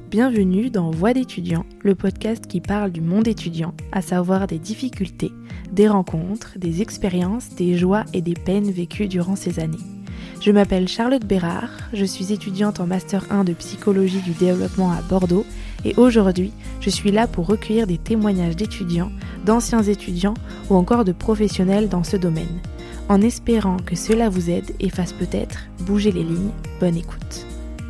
Bienvenue dans Voix d'étudiants, le podcast qui parle du monde étudiant, à savoir des difficultés, des rencontres, des expériences, des joies et des peines vécues durant ces années. Je m'appelle Charlotte Bérard, je suis étudiante en Master 1 de psychologie du développement à Bordeaux et aujourd'hui, je suis là pour recueillir des témoignages d'étudiants, d'anciens étudiants ou encore de professionnels dans ce domaine, en espérant que cela vous aide et fasse peut-être bouger les lignes. Bonne écoute.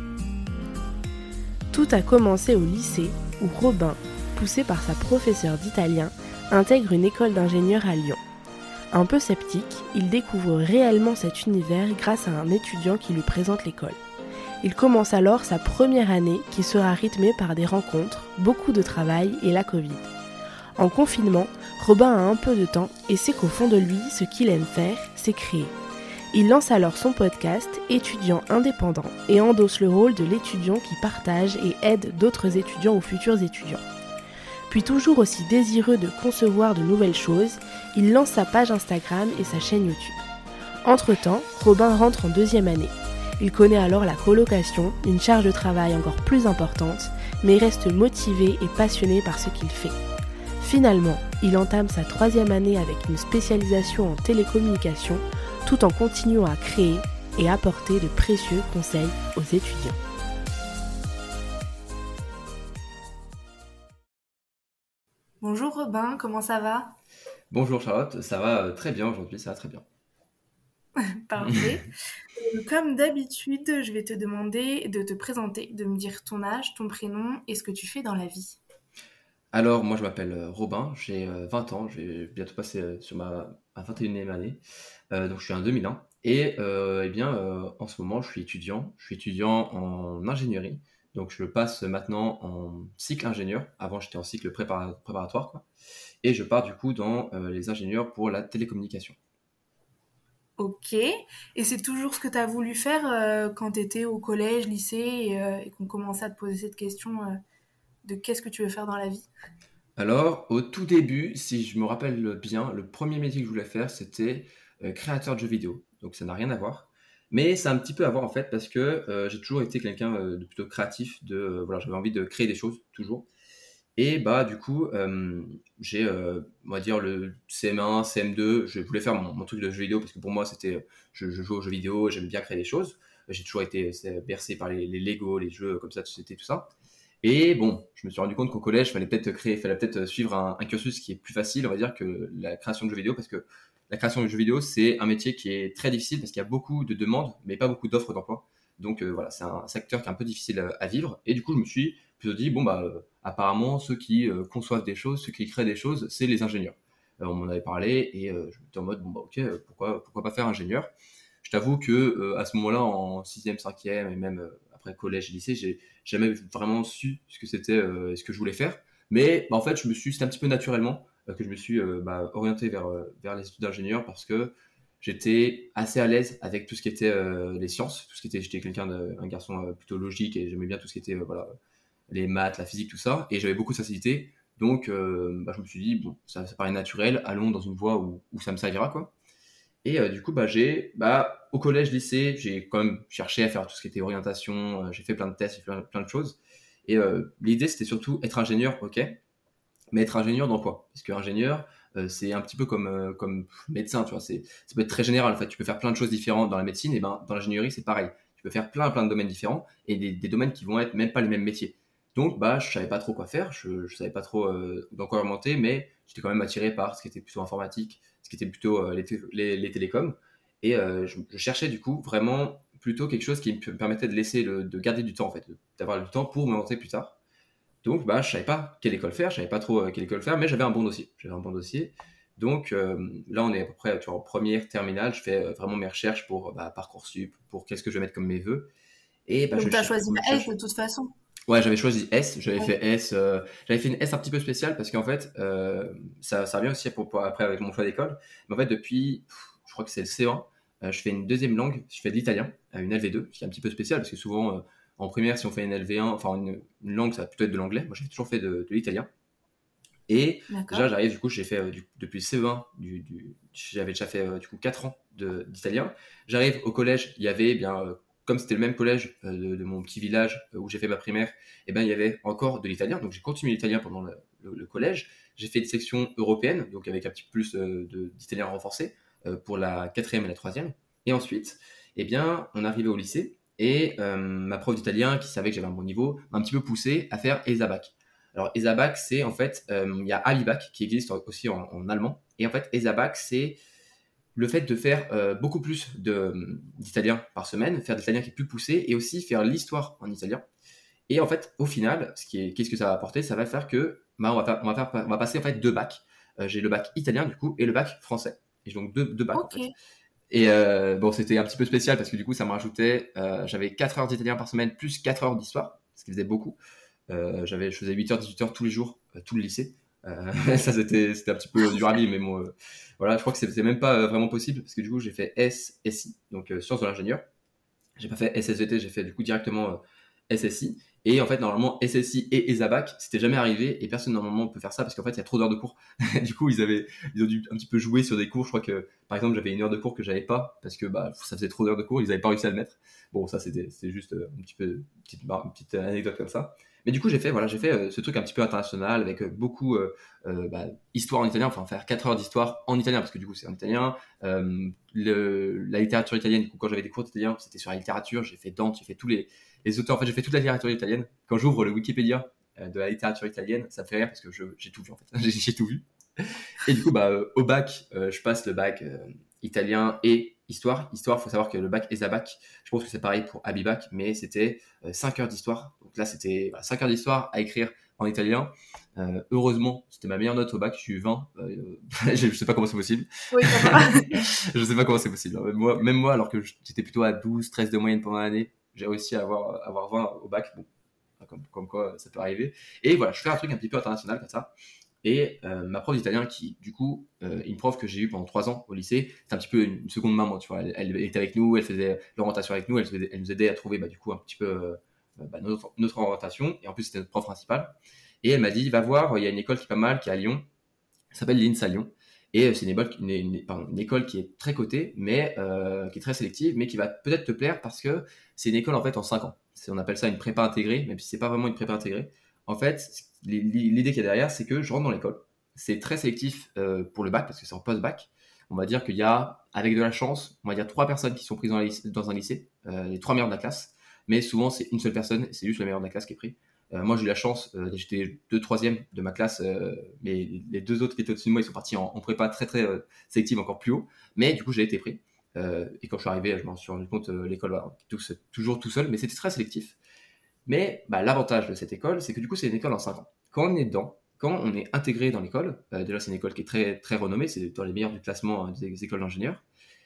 Tout a commencé au lycée où Robin, poussé par sa professeure d'italien, intègre une école d'ingénieur à Lyon. Un peu sceptique, il découvre réellement cet univers grâce à un étudiant qui lui présente l'école. Il commence alors sa première année qui sera rythmée par des rencontres, beaucoup de travail et la Covid. En confinement, Robin a un peu de temps et sait qu'au fond de lui, ce qu'il aime faire, c'est créer. Il lance alors son podcast « Étudiant indépendant » et endosse le rôle de l'étudiant qui partage et aide d'autres étudiants ou futurs étudiants. Puis toujours aussi désireux de concevoir de nouvelles choses, il lance sa page Instagram et sa chaîne YouTube. Entre-temps, Robin rentre en deuxième année. Il connaît alors la colocation, une charge de travail encore plus importante, mais reste motivé et passionné par ce qu'il fait. Finalement, il entame sa troisième année avec une spécialisation en télécommunications, tout en continuant à créer et apporter de précieux conseils aux étudiants. Bonjour Robin, comment ça va ? Bonjour Charlotte, ça va très bien aujourd'hui, ça va très bien. Parfait. Comme d'habitude, je vais te demander de te présenter, de me dire ton âge, ton prénom et ce que tu fais dans la vie. Alors moi je m'appelle Robin, j'ai 20 ans, je vais bientôt passer sur ma 21e année, donc je suis en 2001 et en ce moment je suis étudiant en ingénierie, donc je passe maintenant en cycle ingénieur, avant j'étais en cycle préparatoire quoi, et je pars du coup dans les ingénieurs pour la télécommunication. Ok, et c'est toujours ce que tu as voulu faire quand tu étais au collège, lycée et qu'on commençait à te poser cette question de qu'est-ce que tu veux faire dans la vie ? Alors, au tout début, si je me rappelle bien, le premier métier que je voulais faire, c'était créateur de jeux vidéo. Donc ça n'a rien à voir. Mais ça a un petit peu à voir en fait parce que j'ai toujours été quelqu'un de plutôt créatif, voilà, j'avais envie de créer des choses toujours. Et bah du coup, j'ai, on va dire le CM1, CM2, je voulais faire mon truc de jeu vidéo parce que pour moi c'était, je joue aux jeux vidéo, j'aime bien créer des choses. J'ai toujours été bercé par les Lego, les jeux comme ça de société, tout ça. Et bon, je me suis rendu compte qu'au collège, fallait peut-être suivre un cursus qui est plus facile, on va dire, que la création de jeux vidéo, parce que la création de jeux vidéo, c'est un métier qui est très difficile parce qu'il y a beaucoup de demandes, mais pas beaucoup d'offres d'emploi. Donc voilà, c'est un secteur qui est un peu difficile à vivre. Et du coup, je me suis plutôt dit, bon bah, apparemment, ceux qui conçoivent des choses, ceux qui créent des choses, c'est les ingénieurs. On m'en avait parlé et je m'étais en mode, bon bah ok, pourquoi pas faire ingénieur. Je t'avoue que à ce moment-là, en 6e, 5e et même après collège et lycée, j'ai jamais vraiment su ce que c'était, ce que je voulais faire. Mais bah, en fait, c'était un petit peu naturellement que je me suis orienté vers les études d'ingénieur parce que j'étais assez à l'aise avec tout ce qui était les sciences, j'étais un garçon plutôt logique et j'aimais bien tout ce qui était voilà, les maths, la physique, tout ça, et j'avais beaucoup de facilité. Donc, je me suis dit, bon, ça paraît naturel, allons dans une voie où ça me servira, quoi. Et du coup, au collège, lycée, j'ai quand même cherché à faire tout ce qui était orientation. J'ai fait plein de tests, j'ai fait plein de choses. Et l'idée, c'était surtout être ingénieur, ok, mais être ingénieur dans quoi? Parce que ingénieur, c'est un petit peu comme médecin, tu vois. Ça peut être très général, en fait. Tu peux faire plein de choses différentes dans la médecine, et ben dans l'ingénierie, c'est pareil. Tu peux faire plein de domaines différents et des domaines qui vont être même pas les mêmes métiers. Donc, je savais pas trop quoi faire, je savais pas trop dans quoi orienter, mais j'étais quand même attiré par ce qui était plutôt informatique, ce qui était plutôt les télécoms. Et je cherchais du coup vraiment plutôt quelque chose qui me permettait de garder du temps en fait, d'avoir du temps pour me monter plus tard. Donc je savais pas quelle école faire, je savais pas trop quelle école faire, mais j'avais un bon dossier. Donc là on est à peu près tu vois, en première terminale, je fais vraiment mes recherches pour Parcoursup, pour qu'est-ce que je vais mettre comme mes vœux. Et Donc tu as choisi je la S cherche. de toute façon. Ouais, j'avais choisi S, Ouais. j'avais fait une S un petit peu spéciale parce qu'en fait, ça revient aussi après avec mon choix d'école. Mais en fait, depuis, je crois que c'est le C1, je fais une deuxième langue, je fais de l'italien, une LV2, ce qui est un petit peu spécial parce que souvent, en primaire, si on fait une LV1, enfin une langue, ça va plutôt être de l'anglais. Moi, j'ai toujours fait de l'italien. Et déjà, D'accord. j'arrive, du coup, j'ai fait depuis le CE1, j'avais déjà fait du coup 4 ans d'italien. J'arrive au collège, il y avait bien comme c'était le même collège de mon petit village où j'ai fait ma primaire, et ben il y avait encore de l'italien. Donc j'ai continué l'italien pendant le collège. J'ai fait une section européenne, donc avec un petit peu plus d'italien renforcé pour la quatrième et la troisième. Et ensuite, eh bien, on arrivait au lycée et ma prof d'italien, qui savait que j'avais un bon niveau, m'a un petit peu poussé à faire ESA-Bac. Alors ESA-Bac, c'est en fait, il y a Ali-Bac qui existe aussi en allemand. Et en fait, ESA-Bac, c'est le fait de faire beaucoup plus d'italien par semaine, faire de l'italien qui est plus poussé, et aussi faire l'histoire en italien. Et en fait, au final, qu'est-ce que ça va apporter? Ça va faire que bah, on va passer en fait deux bacs. J'ai le bac italien du coup et le bac français. Et j'ai donc deux bacs en Ok. fait. Et bon, c'était un petit peu spécial parce que du coup, ça me rajoutait, j'avais 4 heures d'italien par semaine plus 4 heures d'histoire, ce qui faisait beaucoup. Je faisais 8 heures, 18 heures tous les jours, tout le lycée. Ça, c'était un petit peu dur à vivre, mais bon, voilà, je crois que c'est même pas vraiment possible parce que du coup, j'ai fait SSI, donc sciences de l'ingénieur. J'ai pas fait SSVT, j'ai fait du coup directement SSI. Et en fait, normalement, SSI et ESABAC, c'était jamais arrivé et personne normalement peut faire ça parce qu'en fait, il y a trop d'heures de cours. Du coup, ils ont dû un petit peu jouer sur des cours. Je crois que, par exemple, j'avais une heure de cours que j'avais pas parce que bah, ça faisait trop d'heures de cours, ils avaient pas réussi à le mettre. Bon, ça, c'est juste un petit peu une petite anecdote comme ça. Mais du coup, j'ai fait ce truc un petit peu international avec beaucoup bah, histoire en italien, enfin faire 4 heures d'histoire en italien parce que du coup, c'est en italien. La littérature italienne, du coup, quand j'avais des cours d'italien, c'était sur la littérature. J'ai fait Dante, j'ai fait tous les auteurs. En fait, j'ai fait toute la littérature italienne. Quand j'ouvre le Wikipédia de la littérature italienne, ça me fait rire parce que j'ai tout vu en fait. J'ai tout vu. Et du coup, bah, au bac, je passe le bac italien et histoire. Histoire, il faut savoir que le bac ESA-Bac, je pense que c'est pareil pour Abibac, mais c'était 5 heures d'histoire. Donc là, c'était 5 heures d'histoire à écrire en italien. Heureusement, c'était ma meilleure note au bac, j'ai eu 20. Je sais pas comment c'est possible. Oui, ça va. Je sais pas comment c'est possible. Même moi, alors que j'étais plutôt à 12, 13 de moyenne pendant l'année, j'ai réussi à avoir 20 au bac. Bon, comme quoi ça peut arriver. Et voilà, je fais un truc un petit peu international comme ça. Et ma prof d'italien, qui du coup, une prof que j'ai eue pendant 3 ans au lycée, c'est un petit peu une seconde maman, tu vois. Elle était avec nous, elle faisait l'orientation avec nous, elle nous aidait à trouver bah, du coup un petit peu notre orientation. Et en plus, c'était notre prof principale. Et elle m'a dit, va voir, il y a une école qui est pas mal, qui est à Lyon, ça s'appelle l'INSA Lyon. Et c'est une école qui est très cotée, mais qui est très sélective, mais qui va peut-être te plaire parce que c'est une école en fait en 5 ans. On appelle ça une prépa intégrée, même si c'est pas vraiment une prépa intégrée. En fait, l'idée qu'il y a derrière, c'est que je rentre dans l'école. C'est très sélectif pour le bac parce que c'est en post-bac. On va dire qu'il y a, avec de la chance, on va dire 3 personnes qui sont prises dans un lycée, les 3 meilleurs de la classe. Mais souvent, c'est une seule personne, c'est juste le meilleur de la classe qui est pris. Moi, j'ai eu la chance, j'étais 2/3 de ma classe, mais les 2 autres qui étaient au-dessus de moi, ils sont partis en prépa très très sélective, encore plus haut. Mais du coup, j'ai été pris. Et quand je suis arrivé, je m'en suis rendu compte, l'école va toujours tout seul, mais c'était très sélectif. Mais bah, l'avantage de cette école, c'est que du coup, c'est une école en 5 ans. Quand on est dedans, quand on est intégré dans l'école, déjà c'est une école qui est très, très renommée, c'est dans les meilleurs du classement des écoles d'ingénieurs,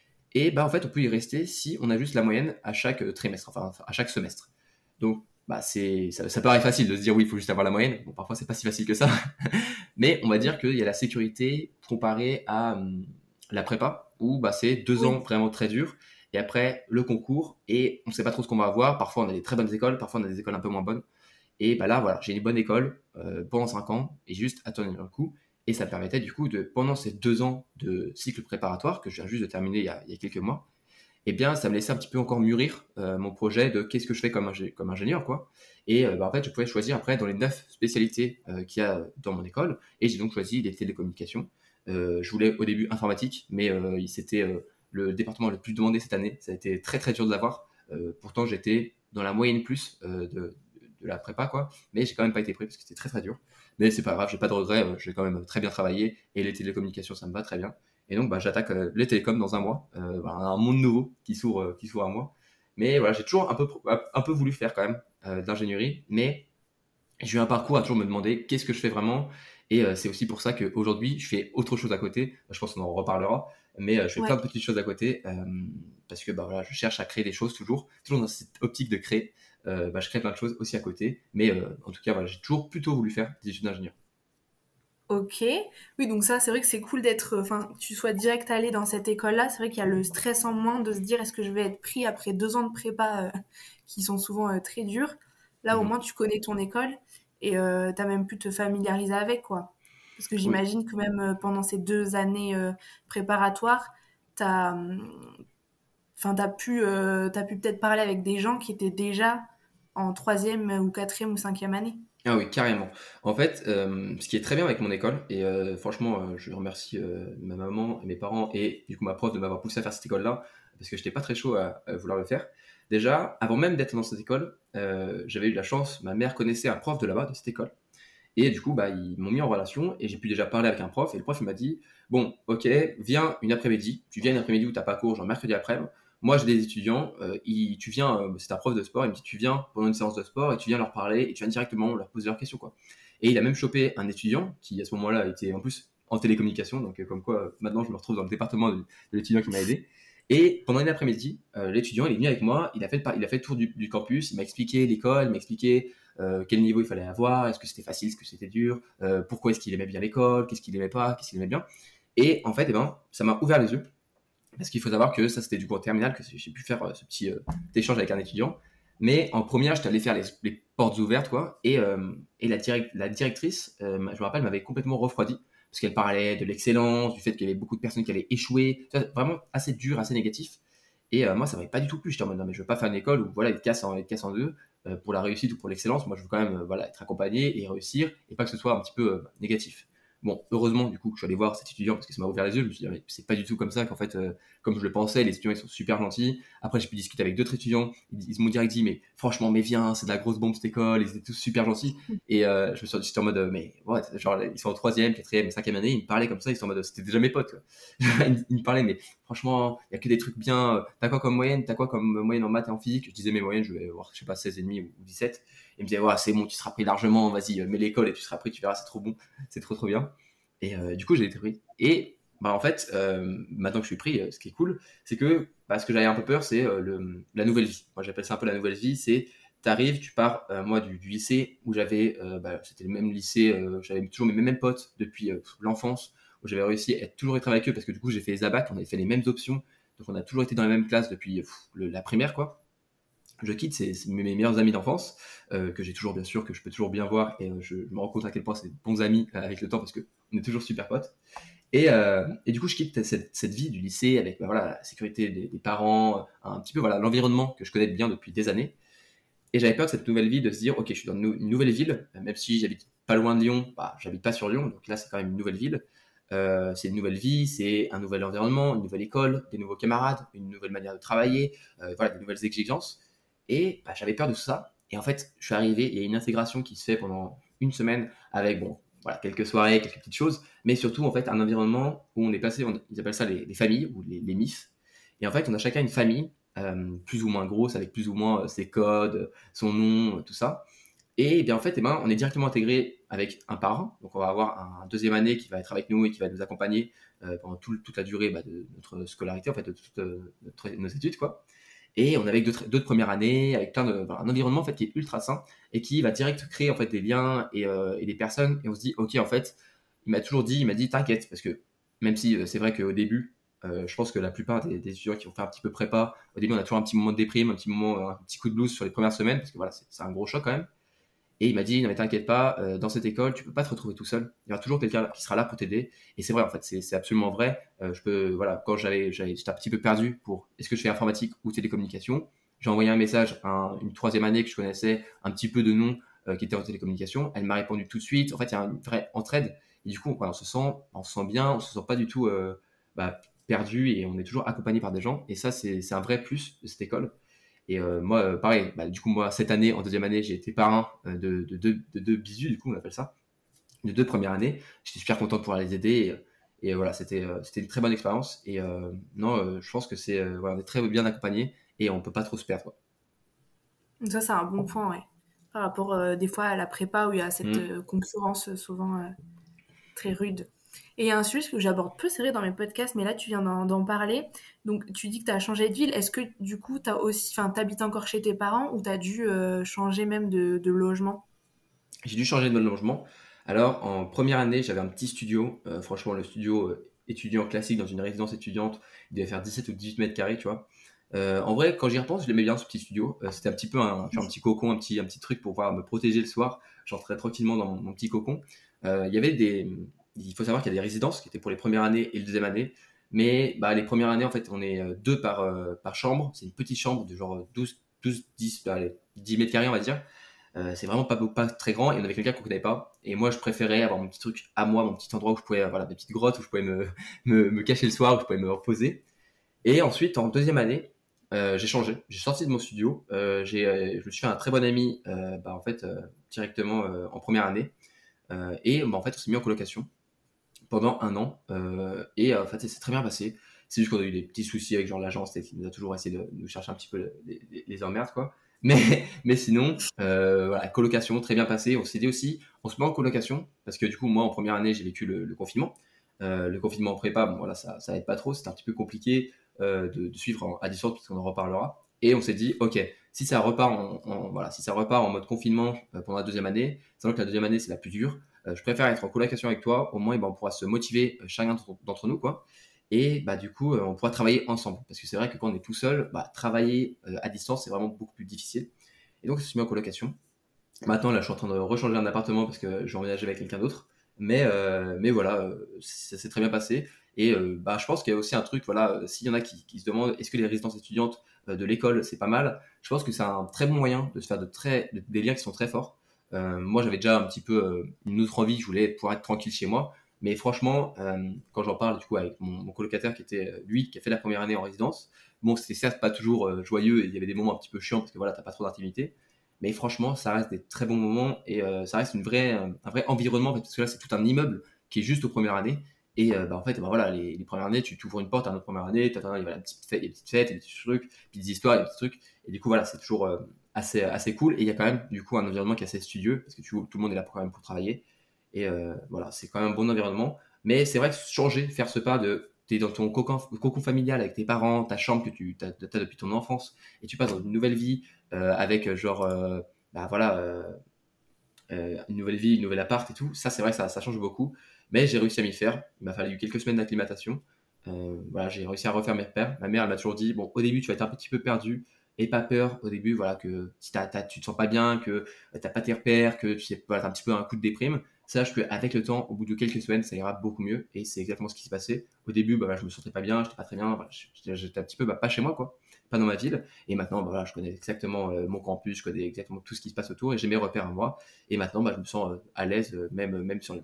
et bah, en fait, on peut y rester si on a juste la moyenne à chaque trimestre, enfin à chaque semestre. Donc, bah, ça paraît facile de se dire oui, il faut juste avoir la moyenne. Bon, parfois, c'est pas si facile que ça. Mais on va dire qu'il y a la sécurité comparée à la prépa, où bah, c'est 2 ans Oui. vraiment très durs. Et après, le concours, et on sait pas trop ce qu'on va avoir. Parfois, on a des très bonnes écoles, parfois, on a des écoles un peu moins bonnes. Et bah là, voilà, j'ai une bonne école pendant 5 ans, et juste à tenir le coup. Et ça me permettait du coup, pendant ces 2 ans de cycle préparatoire, que je viens juste de terminer il y a quelques mois, eh bien, ça me laissait un petit peu encore mûrir mon projet de qu'est-ce que je fais comme ingénieur, quoi. Et bah, en fait, je pouvais choisir après dans les 9 spécialités qu'il y a dans mon école. Et j'ai donc choisi les télécommunications. Je voulais au début informatique, mais c'était le département le plus demandé cette année. Ça a été très très dur de l'avoir. Pourtant, j'étais dans la moyenne plus de la prépa, quoi. Mais j'ai quand même pas été pris parce que c'était très très dur. Mais c'est pas grave, j'ai pas de regrets. J'ai quand même très bien travaillé et les télécommunications, ça me va très bien. Et donc, bah, j'attaque les télécoms dans un mois. Voilà, un monde nouveau qui s'ouvre à moi. Mais voilà, j'ai toujours un peu voulu faire quand même de l'ingénierie. Mais j'ai eu un parcours à toujours me demander qu'est-ce que je fais vraiment. Et c'est aussi pour ça qu'aujourd'hui, je fais autre chose à côté. Je pense qu'on en reparlera. Mais je fais plein Ouais. de petites choses à côté parce que bah, voilà, je cherche à créer des choses toujours dans cette optique de créer. Bah, je crée plein de choses aussi à côté. Mais en tout cas, voilà, j'ai toujours plutôt voulu faire des études d'ingénieur. Ok. Oui, donc ça, c'est vrai que c'est cool enfin, que tu sois direct allé dans cette école-là. C'est vrai qu'il y a le stress en moins de se dire est-ce que je vais être pris après 2 ans de prépa qui sont souvent très durs. Là, au Mhm. moins, tu connais ton école et t'as même pu te familiariser avec, quoi. Parce que Oui, j'imagine que même pendant ces 2 années préparatoires, t'as, enfin, t'as pu peut-être parler avec des gens qui étaient déjà en troisième ou quatrième ou cinquième année. Ah oui, carrément. En fait, ce qui est très bien avec mon école, et franchement, je remercie ma maman et mes parents et du coup ma prof de m'avoir poussé à faire cette école-là, parce que j'étais pas très chaud à vouloir le faire. Déjà, avant même d'être dans cette école, j'avais eu la chance, ma mère connaissait un prof de là-bas, de cette école. Et du coup, bah, ils m'ont mis en relation et j'ai pu déjà parler avec un prof. Et le prof, il m'a dit, bon, ok, viens une après-midi. Tu viens une après-midi où tu n'as pas cours, genre mercredi après-midi. Moi, j'ai des étudiants. Tu viens, c'est un prof de sport. Il me dit, tu viens pendant une séance de sport et tu viens leur parler et tu viens directement leur poser leurs questions, quoi. Et il a même chopé un étudiant qui, à ce moment-là, était en plus en télécommunication. Donc, comme quoi, maintenant, je me retrouve dans le département de l'étudiant qui m'a aidé. Et pendant une après-midi, l'étudiant, il est venu avec moi. Il a fait le tour du campus. Il m'a expliqué l'école, il m'a expliqué quel niveau il fallait avoir, est-ce que c'était facile, est-ce que c'était dur, pourquoi est-ce qu'il aimait bien l'école, qu'est-ce qu'il aimait pas, qu'est-ce qu'il aimait bien. Et en fait, eh ben, ça m'a ouvert les yeux, parce qu'il faut savoir que ça, c'était du coup en terminale que j'ai pu faire ce petit échange avec un étudiant. Mais en première, j'étais allé faire les portes ouvertes, quoi, et la directrice, je me rappelle, m'avait complètement refroidi, parce qu'elle parlait de l'excellence, du fait qu'il y avait beaucoup de personnes qui allaient échouer, vraiment assez dur, assez négatif. Et moi, ça m'avait pas du tout plu. J'étais en mode, non, mais je veux pas faire une école où voilà, ils te cassent en deux pour la réussite ou pour l'excellence. Moi, je veux quand même voilà, être accompagné et réussir et pas que ce soit un petit peu négatif. Bon, heureusement, du coup, que je suis allé voir cet étudiant parce que ça m'a ouvert les yeux. Je me suis dit, mais c'est pas du tout comme ça qu'en fait, comme je le pensais, les étudiants, ils sont super gentils. Après, j'ai pu discuter avec d'autres étudiants. Ils m'ont direct dit, mais franchement, mais viens, c'est de la grosse bombe cette école. Ils étaient tous super gentils. Et je me suis dit, en mode, mais ouais, genre, ils sont en troisième, quatrième et cinquième année. Ils me parlaient comme ça. Ils sont en mode, c'était déjà mes potes, quoi. Ils me parlaient, mais franchement, il y a que des trucs bien. T'as quoi comme moyenne? T'as quoi comme moyenne en maths et en physique? Je disais mes moyennes, je vais voir, je sais pas, 16,5 ou 17. Ils me disaient, ouais, c'est bon, tu seras pris largement, vas-y, mets l'école et tu seras pris, tu verras, c'est trop bon, c'est trop bien. Et du coup, j'ai été pris. Et bah, en fait, maintenant que je suis pris, ce qui est cool, c'est que ce que j'avais un peu peur, c'est la nouvelle vie. Moi, j'appelle ça un peu la nouvelle vie. C'est, t'arrives, tu pars, moi, du lycée où j'avais, c'était le même lycée, j'avais toujours mes mêmes potes depuis l'enfance, où j'avais réussi à toujours être avec eux parce que du coup, j'ai fait les ABAC, on avait fait les mêmes options. Donc, on a toujours été dans la même classe depuis la primaire, quoi. Je quitte, c'est mes meilleurs amis d'enfance, que j'ai toujours, bien sûr, que je peux toujours bien voir, et je me rends compte à quel point c'est de bons amis avec le temps, parce qu'on est toujours super potes. Et du coup, je quitte cette vie du lycée avec voilà, la sécurité des parents, un petit peu voilà, l'environnement que je connais bien depuis des années. Et j'avais peur de cette nouvelle vie, de se dire, ok, je suis dans une nouvelle ville, même si j'habite pas loin de Lyon, bah, j'habite pas sur Lyon, donc là, c'est quand même une nouvelle ville. C'est une nouvelle vie, c'est un nouvel environnement, une nouvelle école, des nouveaux camarades, une nouvelle manière de travailler, voilà, des nouvelles exigences. Et bah, j'avais peur de tout ça. Et en fait, je suis arrivé, il y a une intégration qui se fait pendant une semaine avec, bon, voilà, quelques soirées, quelques petites choses, mais surtout, en fait, un environnement où on est passé, ils appellent ça les familles, ou les MIF. Et en fait, on a chacun une famille, plus ou moins grosse, avec plus ou moins ses codes, son nom, tout ça. Et bien en fait, on est directement intégré avec un parent. Donc on va avoir un deuxième année qui va être avec nous et qui va nous accompagner pendant toute la durée de notre scolarité, en fait, de toutes nos études, quoi. Et on est avec d'autres premières années, avec un environnement en fait qui est ultra sain et qui va direct créer en fait des liens et des personnes. Et on se dit, ok, en fait, il m'a dit, t'inquiète, parce que même si c'est vrai qu'au début, je pense que la plupart des étudiants qui ont fait un petit peu prépa, au début, on a toujours un petit moment de déprime, un petit coup de blues sur les premières semaines, parce que voilà, c'est un gros choc quand même. Et il m'a dit, non mais t'inquiète pas, dans cette école, tu peux pas te retrouver tout seul. Il y aura toujours quelqu'un qui sera là pour t'aider. Et c'est vrai, en fait, c'est absolument vrai. Voilà, quand j'étais un petit peu perdu pour est-ce que je fais informatique ou télécommunication, j'ai envoyé un message à une troisième année que je connaissais un petit peu de nom, qui était en télécommunication. Elle m'a répondu tout de suite. En fait, il y a une vraie entraide. Et du coup, voilà, on se sent bien, on se sent pas du tout perdu et on est toujours accompagné par des gens. Et ça, c'est un vrai plus de cette école. Et moi, pareil, du coup, moi, cette année, en deuxième année, j'ai été parrain de deux bisous, du coup, on appelle ça, de deux premières années. J'étais super content de pouvoir les aider. Et voilà, c'était une très bonne expérience. Et non, je pense que voilà, on est très bien accompagné et on peut pas trop se perdre, quoi. Ça, c'est un bon point, ouais. Par rapport des fois à la prépa où il y a cette concurrence souvent très rude. Et il y a un sujet que j'aborde peu, c'est vrai, dans mes podcasts, mais là, tu viens d'en parler. Donc, tu dis que tu as changé de ville. Est-ce que, du coup, t'habites encore chez tes parents ou tu as dû changer même de logement? J'ai dû changer de logement. Alors, en première année, j'avais un petit studio. Franchement, le studio étudiant classique dans une résidence étudiante, il devait faire 17 ou 18 mètres carrés, tu vois. En vrai, quand j'y repense, je l'aimais bien ce petit studio. C'était un petit peu un petit cocon, un petit truc pour pouvoir me protéger le soir. J'entrais tranquillement dans mon petit cocon. Il faut savoir qu'il y a des résidences qui étaient pour les premières années et le deuxième année. Mais les premières années, en fait, on est deux par chambre. C'est une petite chambre de genre 10, allez, 10 mètres carrés, on va dire. C'est vraiment pas très grand et on avait quelqu'un qu'on connaissait pas. Et moi, je préférais avoir mon petit truc à moi, mon petit endroit où je pouvais, voilà, mes petites grottes où je pouvais me cacher le soir, où je pouvais me reposer. Et ensuite, en deuxième année, j'ai changé. J'ai sorti de mon studio. Je me suis fait un très bon ami, en fait, directement en première année. Et en fait, on s'est mis en colocation pendant un an. Et en fait, ça s'est très bien passé. C'est juste qu'on a eu des petits soucis avec genre l'agence qui nous a toujours essayé de nous chercher un petit peu les emmerdes, quoi. Mais sinon, voilà, colocation, très bien passé. On s'est dit aussi, on se met en colocation, parce que du coup, moi, en première année, j'ai vécu le confinement. Le confinement en prépa, bon, voilà, ça aide pas trop. C'était un petit peu compliqué de suivre à distance, puisqu'on en reparlera. Et on s'est dit, ok, si ça repart voilà, si ça repart en mode confinement pendant la deuxième année, sachant que la deuxième année, c'est la plus dure, je préfère être en colocation avec toi. Au moins, on pourra se motiver chacun d'entre nous, quoi. Et du coup, on pourra travailler ensemble. Parce que c'est vrai que quand on est tout seul, travailler à distance, c'est vraiment beaucoup plus difficile. Et donc, je suis mis en colocation. Maintenant, là, je suis en train de rechanger un appartement parce que je vais emménager avec quelqu'un d'autre. Mais voilà, ça s'est très bien passé. Et je pense qu'il y a aussi un truc, voilà, s'il y en a qui se demandent est-ce que les résidences étudiantes de l'école, c'est pas mal, je pense que c'est un très bon moyen de se faire des liens qui sont très forts. Moi, j'avais déjà un petit peu une autre envie, je voulais pouvoir être tranquille chez moi. Mais franchement, quand j'en parle du coup avec mon colocataire qui était lui, qui a fait la première année en résidence, bon, c'était certes pas toujours joyeux et il y avait des moments un petit peu chiants parce que voilà, t'as pas trop d'intimité. Mais franchement, ça reste des très bons moments et ça reste un vrai environnement en fait, parce que là, c'est tout un immeuble qui est juste aux premières années. Et en fait, voilà, les premières années, tu ouvres une porte à une autre première année, il y a la petite fête, les petites fêtes, les petits trucs, puis des histoires, des petits trucs. Et du coup, voilà, c'est toujours assez cool. Et il y a quand même, du coup, un environnement qui est assez studieux parce que tout le monde est là quand même pour travailler. Et voilà, c'est quand même un bon environnement. Mais c'est vrai que changer, faire ce pas de. Tu es dans ton cocon familial avec tes parents, ta chambre que tu as depuis ton enfance, et tu passes dans une nouvelle vie avec voilà, une nouvelle vie, une nouvelle appart et tout. Ça, c'est vrai que ça change beaucoup. Mais j'ai réussi à m'y faire. Il m'a fallu quelques semaines d'acclimatation. Voilà, j'ai réussi à refaire mes repères. Ma mère, elle m'a toujours dit, bon, au début, tu vas être un petit peu perdu. Et pas peur au début, voilà, que si tu te sens pas bien, que t'as pas tes repères, que tu sais, voilà, t'as un petit peu un coup de déprime, sache qu'avec le temps, au bout de quelques semaines, ça ira beaucoup mieux. Et c'est exactement ce qui s'est passé. Au début, je me sentais pas bien, j'étais pas très bien, voilà, j'étais un petit peu pas chez moi, quoi, pas dans ma ville. Et maintenant, voilà, je connais exactement mon campus, je connais exactement tout ce qui se passe autour et j'ai mes repères à moi. Et maintenant, je me sens à l'aise, même sur les.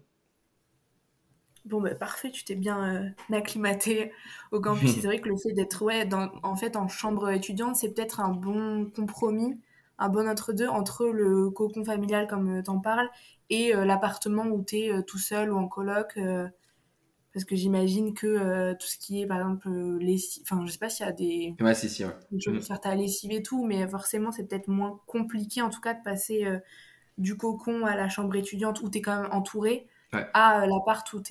Bon, parfait, tu t'es bien acclimaté au campus. Et c'est vrai que le fait d'être en fait, en chambre étudiante, c'est peut-être un bon compromis, un bon entre-deux entre le cocon familial, comme t'en parles, et l'appartement où t'es tout seul ou en coloc. Parce que j'imagine que tout ce qui est, par exemple, lessive, enfin, je sais pas s'il y a Ouais, si, ouais. des choses pour faire ta lessive et tout, mais forcément, c'est peut-être moins compliqué, en tout cas, de passer du cocon à la chambre étudiante où t'es quand même entouré, Ouais. à l'appart où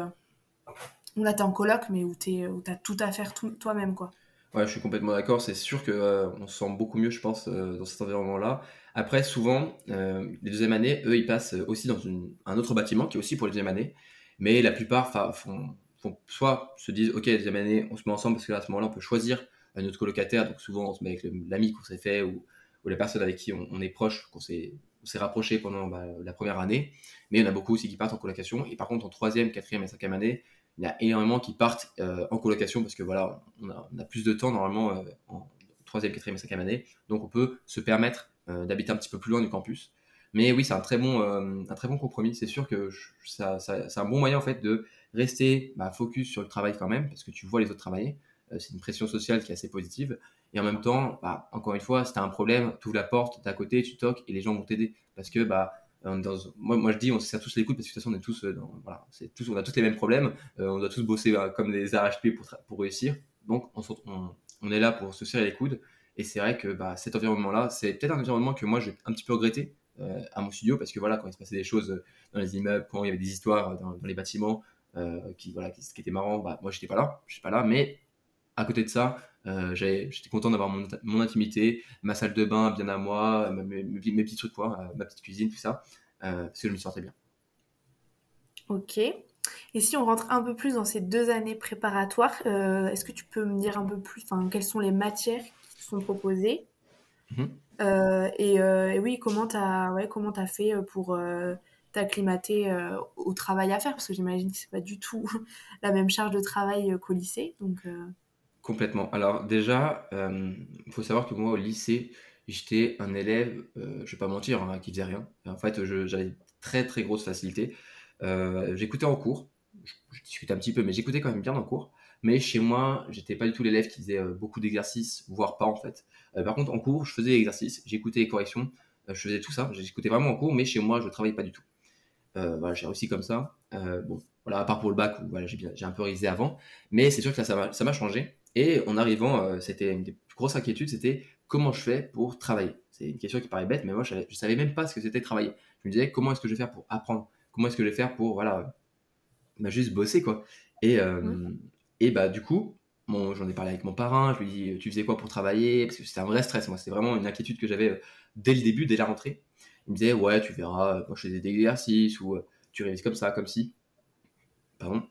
où là t'es en coloc, mais où t'as tout à faire toi-même, quoi. Ouais, je suis complètement d'accord. C'est sûr que on se sent beaucoup mieux, je pense, dans cet environnement-là. Après, souvent, les deuxièmes années, eux, ils passent aussi dans un autre bâtiment qui est aussi pour les deuxième années. Mais la plupart font soit se disent, ok, deuxième année, on se met ensemble parce que là, à ce moment-là, on peut choisir notre colocataire. Donc souvent, on se met avec l'ami qu'on s'est fait ou la personne avec qui on est proche, on s'est rapproché pendant la première année. Mais il y en a beaucoup aussi qui partent en colocation. Et par contre, en troisième, quatrième et cinquième année, il y a énormément qui partent en colocation parce que voilà, on a plus de temps normalement en troisième, quatrième et cinquième année, donc on peut se permettre d'habiter un petit peu plus loin du campus. Mais oui, c'est un très bon compromis. C'est sûr que c'est un bon moyen en fait de rester focus sur le travail quand même, parce que tu vois les autres travailler. C'est une pression sociale qui est assez positive. Et en même temps, encore une fois, si tu as un problème, tu ouvres la porte, t'es à côté, tu toques et les gens vont t'aider. Parce que moi je dis, on se serre tous les coudes parce que de toute façon on est tous voilà, on a tous les mêmes problèmes, on doit tous bosser comme des arrache-pieds pour réussir. Donc on est là pour se serrer les coudes. Et c'est vrai que cet environnement-là, c'est peut-être un environnement que moi j'ai un petit peu regretté à mon studio parce que voilà, quand il se passait des choses dans les immeubles, quand il y avait des histoires dans les bâtiments qui étaient marrants, moi je suis pas là, mais à côté de ça, j'étais content d'avoir mon intimité, ma salle de bain bien à moi, mes petits trucs, quoi, ma petite cuisine, tout ça, parce que je me sentais bien. Ok. Et si on rentre un peu plus dans ces 2 années préparatoires, est-ce que tu peux me dire un peu plus, enfin, quelles sont les matières qui te sont proposées? Mhm. Et oui, comment t'as fait pour t'acclimater au travail à faire, parce que j'imagine que c'est pas du tout la même charge de travail qu'au lycée. Donc, Complètement. Alors déjà, il faut savoir que moi au lycée, j'étais un élève, je vais pas mentir, hein, qui faisait rien. En fait, j'avais très très grosse facilité. J'écoutais en cours, je discutais un petit peu, mais j'écoutais quand même bien en cours. Mais chez moi, j'étais pas du tout l'élève qui faisait beaucoup d'exercices, voire pas en fait. Par contre, en cours, je faisais des exercices, j'écoutais les corrections, je faisais tout ça. J'écoutais vraiment en cours, mais chez moi, je travaillais pas du tout. Voilà, j'ai réussi comme ça. Bon, voilà, à part pour le bac où voilà, j'ai un peu révisé avant, mais c'est sûr que là, ça m'a changé. Et en arrivant, c'était une des plus grosses inquiétudes, c'était comment je fais pour travailler. C'est une question qui paraît bête, mais moi, je savais même pas ce que c'était travailler. Je me disais, comment est-ce que je vais faire pour apprendre? Comment est-ce que je vais faire pour, voilà, bah, juste bosser, quoi. Et, mmh. bah, du coup, j'en ai parlé avec mon parrain, je lui ai dit, tu faisais quoi pour travailler? Parce que c'était un vrai stress, moi. C'était vraiment une inquiétude que j'avais dès le début, dès la rentrée. Il me disait, ouais, tu verras, moi je faisais des exercices ou tu révises comme ça, comme si. Pardon.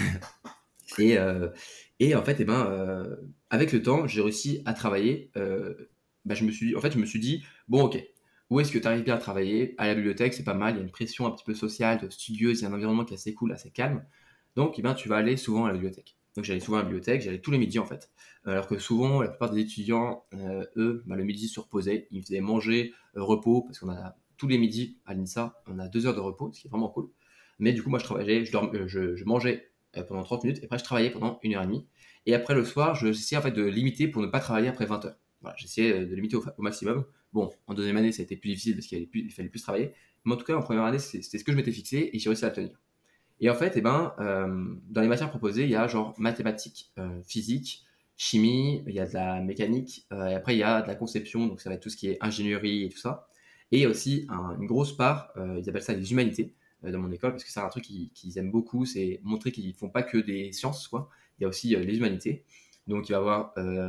Et, en fait, avec le temps, j'ai réussi à travailler. Bah, je me suis dit, bon, ok, où est-ce que tu arrives bien à travailler? À la bibliothèque, c'est pas mal, il y a une pression un petit peu sociale, studieuse, il y a un environnement qui est assez cool, assez calme. Donc, tu vas aller souvent à la bibliothèque. Donc, j'allais souvent à la bibliothèque, j'allais tous les midis en fait. Alors que souvent, la plupart des étudiants, eux, bah, le midi se reposaient, ils faisaient manger, repos, parce qu'on a tous les midis à l'INSA, on a 2 heures de repos, ce qui est vraiment cool. Mais du coup, moi, je travaillais, je mangeais pendant 30 minutes, et après, je travaillais pendant 1 heure et demie. Et après, le soir, j'essayais en fait de limiter pour ne pas travailler après 20 heures. Voilà, j'essayais de limiter au maximum. Bon, en deuxième année, ça a été plus difficile parce il fallait plus travailler. Mais en tout cas, en première année, c'était ce que je m'étais fixé et j'ai réussi à le tenir. Et en fait, dans les matières proposées, il y a genre mathématiques, physique, chimie, il y a de la mécanique, et après il y a de la conception, donc ça va être tout ce qui est ingénierie et tout ça. Et il y a aussi une grosse part, ils appellent ça les humanités dans mon école, parce que c'est un truc qu'ils aiment beaucoup, c'est montrer qu'ils font pas que des sciences, quoi. Il y a aussi les humanités. Donc il va y avoir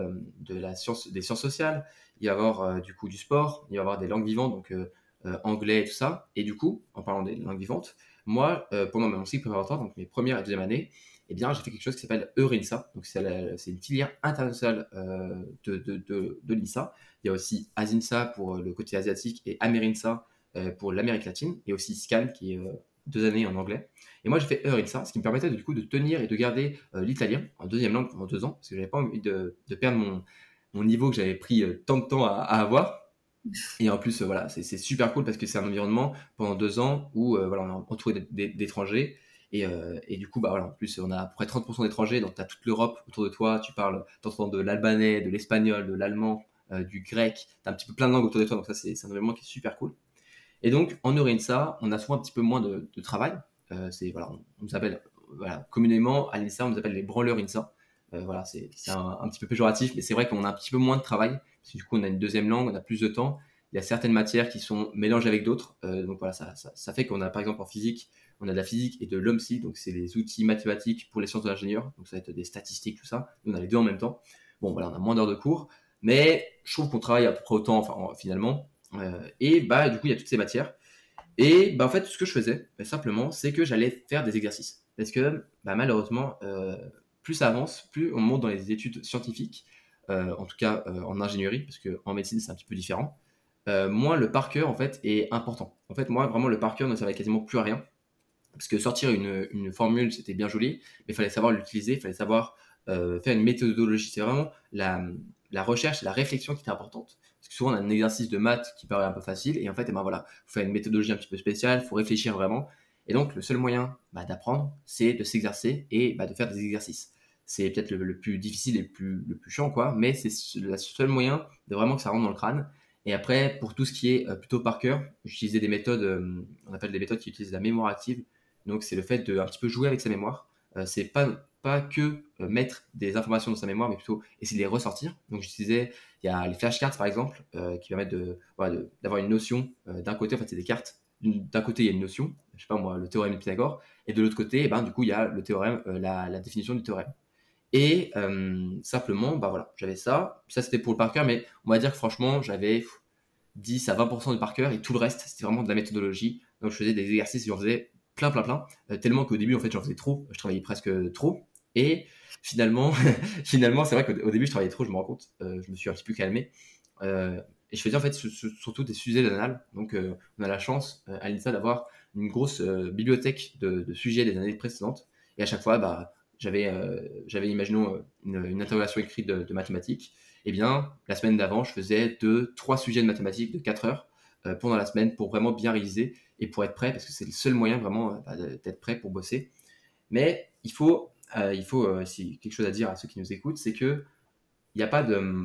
des sciences sociales, il va y avoir du coup du sport, il va y avoir des langues vivantes, donc anglais et tout ça. Et du coup, en parlant des langues vivantes, moi, pendant mon cycle préparatoire, donc mes premières et deuxième années, eh bien, j'ai fait quelque chose qui s'appelle EURINSA. Donc, c'est une filière internationale de l'INSA. Il y a aussi ASINSA pour le côté asiatique et AMERINSA pour l'Amérique latine. Et aussi SCAN qui est 2 années en anglais. Et moi, j'ai fait EURINSA, ce qui me permettait du coup de tenir et de garder l'italien en deuxième langue pendant 2 ans, parce que j'avais pas envie de perdre mon niveau que j'avais pris tant de temps à avoir. Et en plus, voilà, c'est super cool parce que c'est un environnement pendant 2 ans où voilà, on est entouré d'étrangers. Et du coup, bah, voilà, en plus, on a à peu près 30% d'étrangers, donc tu as toute l'Europe autour de toi. Tu entends de l'albanais, de l'espagnol, de l'allemand, du grec. Tu as un petit peu plein de langues autour de toi, donc ça, c'est un environnement qui est super cool. Et donc, en Eurinsa, on a souvent un petit peu moins de travail. Voilà, on nous appelle, voilà, communément à l'INSA, on nous appelle les branleurs INSA. Voilà, c'est un petit peu péjoratif, mais c'est vrai qu'on a un petit peu moins de travail, parce que du coup, on a une deuxième langue, on a plus de temps. Il y a certaines matières qui sont mélangées avec d'autres. Donc voilà, ça fait qu'on a, par exemple, en physique, on a de la physique et de l'OMSI, donc c'est les outils mathématiques pour les sciences de l'ingénieur. Donc ça va être des statistiques, tout ça. Nous, on a les deux en même temps. Bon, voilà, on a moins d'heures de cours, mais je trouve qu'on travaille à peu près autant, enfin, finalement. Et bah, du coup, il y a toutes ces matières. Et bah, en fait, ce que je faisais, bah, simplement, c'est que j'allais faire des exercices. Parce que bah, malheureusement, plus ça avance, plus on monte dans les études scientifiques, en tout cas en ingénierie, parce qu'en médecine, c'est un petit peu différent. Moins le par cœur, en fait, est important. En fait, moi, vraiment, le par cœur ne servait quasiment plus à rien. Parce que sortir une formule, c'était bien joli, mais il fallait savoir l'utiliser, il fallait savoir faire une méthodologie. C'est vraiment la recherche et la réflexion qui était importante. Parce que souvent, on a un exercice de maths qui paraît un peu facile, et en fait, voilà, il faut faire une méthodologie un petit peu spéciale, il faut réfléchir vraiment. Et donc, le seul moyen d'apprendre, c'est de s'exercer et de faire des exercices. C'est peut-être le plus difficile et le plus chiant, quoi, mais c'est le seul moyen de vraiment que ça rentre dans le crâne. Et après, pour tout ce qui est plutôt par cœur, j'utilisais des méthodes, on appelle des méthodes qui utilisent la mémoire active. Donc, c'est le fait de un petit peu jouer avec sa mémoire. C'est pas que mettre des informations dans sa mémoire, mais plutôt essayer de les ressortir. Donc, j'utilisais, il y a les flashcards par exemple, qui permettent d'avoir une notion. D'un côté, en fait, c'est des cartes. D'un côté, il y a une notion, je sais pas moi, le théorème de Pythagore, et de l'autre côté, du coup, il y a le théorème, la définition du théorème. Et simplement, voilà, j'avais ça. Ça, c'était pour le par cœur, mais on va dire que franchement, j'avais 10 à 20% de par cœur et tout le reste, c'était vraiment de la méthodologie. Donc, je faisais des exercices, j'en faisais plein, tellement qu'au début, en fait, j'en faisais trop. Je travaillais presque trop. Et finalement, c'est vrai qu'au début, je travaillais trop, je me rends compte. Je me suis un petit peu calmé. Et je faisais en fait surtout des sujets d'anal. Donc, on a la chance à l'INSA d'avoir une grosse bibliothèque de sujets des années précédentes. Et à chaque fois, j'avais imaginons, une interrogation écrite de mathématiques. Eh bien, la semaine d'avant, je faisais 2-3 sujets de mathématiques de 4 heures pendant la semaine pour vraiment bien réviser et pour être prêt, parce que c'est le seul moyen vraiment d'être prêt pour bosser. Mais il faut si quelque chose à dire à ceux qui nous écoutent, c'est que il n'y a pas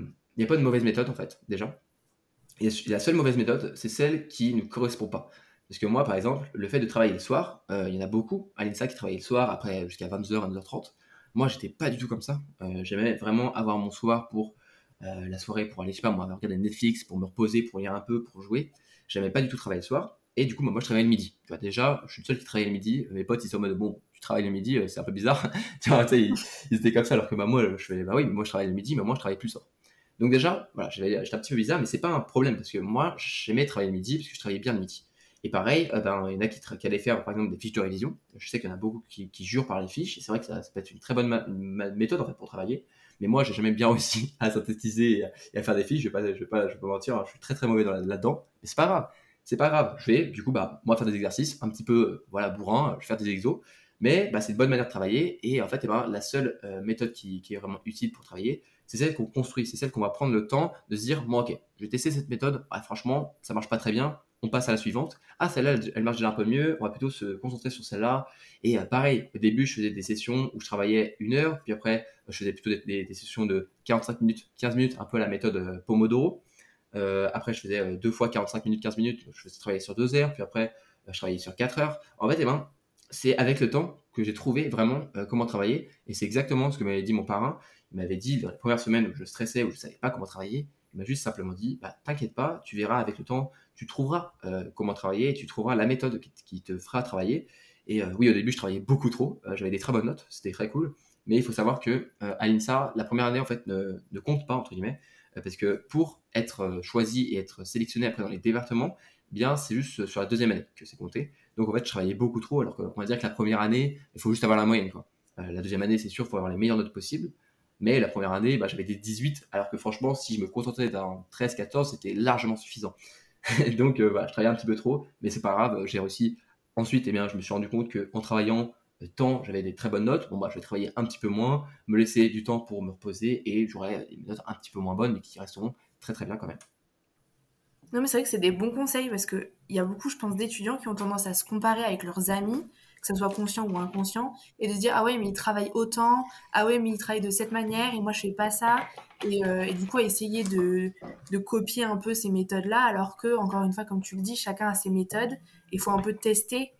de mauvaise méthode en fait, déjà. Et la seule mauvaise méthode, c'est celle qui ne correspond pas. Parce que moi, par exemple, le fait de travailler le soir, il y en a beaucoup à l'INSA qui travaillent le soir, après jusqu'à 22h, 22h30. Moi, j'étais pas du tout comme ça. J'aimais vraiment avoir mon soir pour la soirée, pour aller, je sais pas moi, regarder Netflix, pour me reposer, pour lire un peu, pour jouer. J'aimais pas du tout travailler le soir. Et du coup, moi, je travaillais le midi. Tu vois, déjà, je suis le seul qui travaillait le midi. Mes potes, ils sont en mode, bon, tu travailles le midi, c'est un peu bizarre. Tu vois, ils étaient comme ça, alors que moi, je fais, bah oui, moi, je travaille le midi, mais moi, je travaille plus le soir. Donc déjà, voilà, j'étais un petit peu bizarre, mais c'est pas un problème parce que moi, j'aimais travailler le midi parce que je travaillais bien le midi. Et pareil, il y en a qui allaient faire par exemple des fiches de révision. Je sais qu'il y en a beaucoup qui jurent par les fiches, et c'est vrai que ça peut être une très bonne méthode en fait pour travailler. Mais moi, j'ai jamais bien réussi à synthétiser et à faire des fiches. Je vais pas mentir, hein, je suis très très mauvais là-dedans. Mais c'est pas grave, c'est pas grave. Je vais du coup, moi faire des exercices un petit peu, voilà, bourrin. Je vais faire des exos. Mais c'est une bonne manière de travailler. Et en fait, la seule méthode qui est vraiment utile pour travailler, c'est celle qu'on construit, c'est celle qu'on va prendre le temps de se dire, bon ok, je vais tester cette méthode, franchement, ça marche pas très bien, on passe à la suivante. Ah, celle-là, elle marche déjà un peu mieux, on va plutôt se concentrer sur celle-là. Et pareil, au début, je faisais des sessions où je travaillais 1 heure, puis après, je faisais plutôt des sessions de 45 minutes, 15 minutes, un peu à la méthode Pomodoro. Après, je faisais 2 fois 45 minutes, 15 minutes, je travaillais sur 2 heures, puis après, je travaillais sur 4 heures. En fait, c'est avec le temps que j'ai trouvé vraiment comment travailler, et c'est exactement ce que m'avait dit mon parrain. Il m'avait dit dans les premières semaines où je stressais, où je savais pas comment travailler, il m'a juste simplement dit, t'inquiète pas, tu verras avec le temps, tu trouveras comment travailler, et tu trouveras la méthode qui te fera travailler. Et oui, au début, je travaillais beaucoup trop, j'avais des très bonnes notes, c'était très cool, mais il faut savoir que à l'INSA, la première année en fait ne compte pas entre guillemets, parce que pour être choisi et être sélectionné après dans les départements, bien c'est juste sur la deuxième année que c'est compté. Donc en fait, je travaillais beaucoup trop, alors qu'on va dire que la première année, il faut juste avoir la moyenne, quoi. La deuxième année, c'est sûr, il faut avoir les meilleures notes possibles. Mais la première année, j'avais des 18, alors que franchement, si je me contentais d'un 13-14, c'était largement suffisant. Donc je travaillais un petit peu trop, mais c'est pas grave, j'ai réussi. Ensuite, je me suis rendu compte qu'en travaillant tant, j'avais des très bonnes notes. Je vais travailler un petit peu moins, me laisser du temps pour me reposer, et j'aurai des notes un petit peu moins bonnes, mais qui resteront très très bien quand même. Non, mais c'est vrai que c'est des bons conseils parce qu'il y a beaucoup, je pense, d'étudiants qui ont tendance à se comparer avec leurs amis, que ce soit conscient ou inconscient, et de se dire, ah ouais, mais ils travaillent autant, ah ouais, mais ils travaillent de cette manière, et moi je fais pas ça. Et du coup, à essayer de copier un peu ces méthodes-là, alors que, encore une fois, comme tu le dis, chacun a ses méthodes. Il faut un peu tester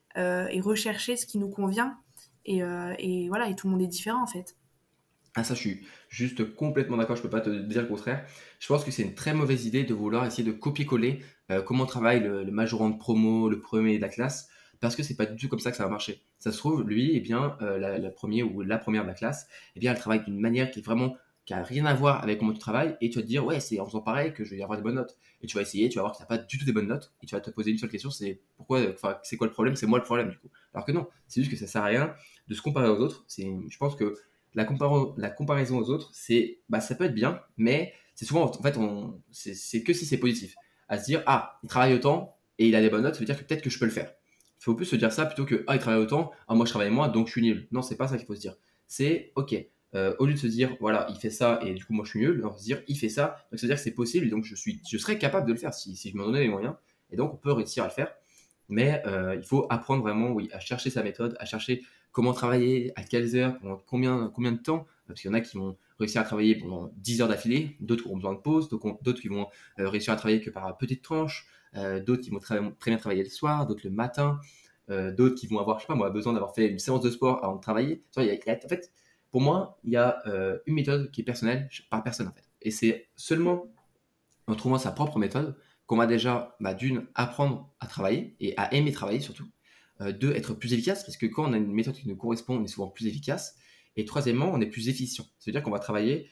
et rechercher ce qui nous convient. Et voilà, et tout le monde est différent en fait. Ah, ça, je suis juste complètement d'accord, je peux pas te dire le contraire. Je pense que c'est une très mauvaise idée de vouloir essayer de copier-coller comment travaille le majorant de promo, le premier de la classe, parce que c'est pas du tout comme ça que ça va marcher. Ça se trouve, lui, la première ou la première de la classe, elle travaille d'une manière qui est vraiment, qui a rien à voir avec comment tu travailles, et tu vas te dire, ouais, c'est en faisant pareil que je vais avoir des bonnes notes. Et tu vas essayer, tu vas voir que tu n'as pas du tout des bonnes notes, et tu vas te poser une seule question, c'est pourquoi, c'est quoi le problème? C'est moi le problème, du coup. Alors que non, c'est juste que ça sert à rien de se comparer aux autres. Je pense que la comparaison aux autres, ça peut être bien, mais c'est souvent, en fait, c'est que si c'est positif. À se dire, ah, il travaille autant et il a des bonnes notes, ça veut dire que peut-être que je peux le faire. Il faut plus se dire ça plutôt que, ah, il travaille autant, ah, moi je travaille moins, donc je suis nul. Non, c'est pas ça qu'il faut se dire. C'est, ok, au lieu de se dire, voilà, il fait ça et du coup moi je suis nul, on va se dire, il fait ça, donc ça veut dire que c'est possible et donc je serais capable de le faire si je me donnais les moyens. Et donc on peut réussir à le faire. Mais il faut apprendre vraiment, oui, à chercher sa méthode, à chercher comment travailler, à quelles heures, pendant combien de temps. Parce qu'il y en a qui vont réussir à travailler pendant 10 heures d'affilée, d'autres auront besoin de pause, d'autres qui vont réussir à travailler que par petites tranches, d'autres qui vont très bien travailler le soir, d'autres le matin, d'autres qui vont avoir, je sais pas moi, besoin d'avoir fait une séance de sport avant de travailler. En fait, pour moi, il y a une méthode qui est personnelle par personne en fait. Et c'est seulement en trouvant sa propre méthode qu'on va déjà, d'une, apprendre à travailler et à aimer travailler surtout. Deux, être plus efficace, parce que quand on a une méthode qui nous correspond, on est souvent plus efficace. Et troisièmement, on est plus efficient. C'est-à-dire qu'on va travailler,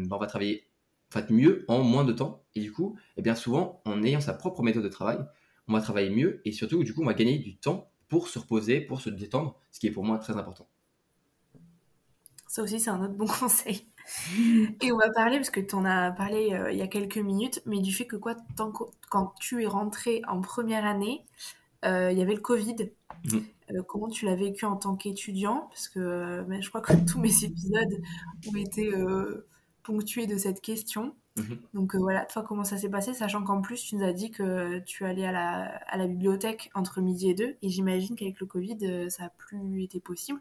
en fait, mieux en moins de temps. Et du coup, bien souvent, en ayant sa propre méthode de travail, on va travailler mieux et surtout, du coup, on va gagner du temps pour se reposer, pour se détendre, ce qui est pour moi très important. Ça aussi, c'est un autre bon conseil. Et on va parler, parce que tu en as parlé il y a quelques minutes, mais du fait que quoi, quand tu es rentré en première année, il y avait le Covid. Mhm. Comment tu l'as vécu en tant qu'étudiant? Parce que mais je crois que tous mes épisodes ont été ponctués de cette question. Mhm. Donc voilà, toi, comment ça s'est passé, sachant qu'en plus, tu nous as dit que tu allais à la bibliothèque entre midi et deux, et j'imagine qu'avec le Covid, ça n'a plus été possible.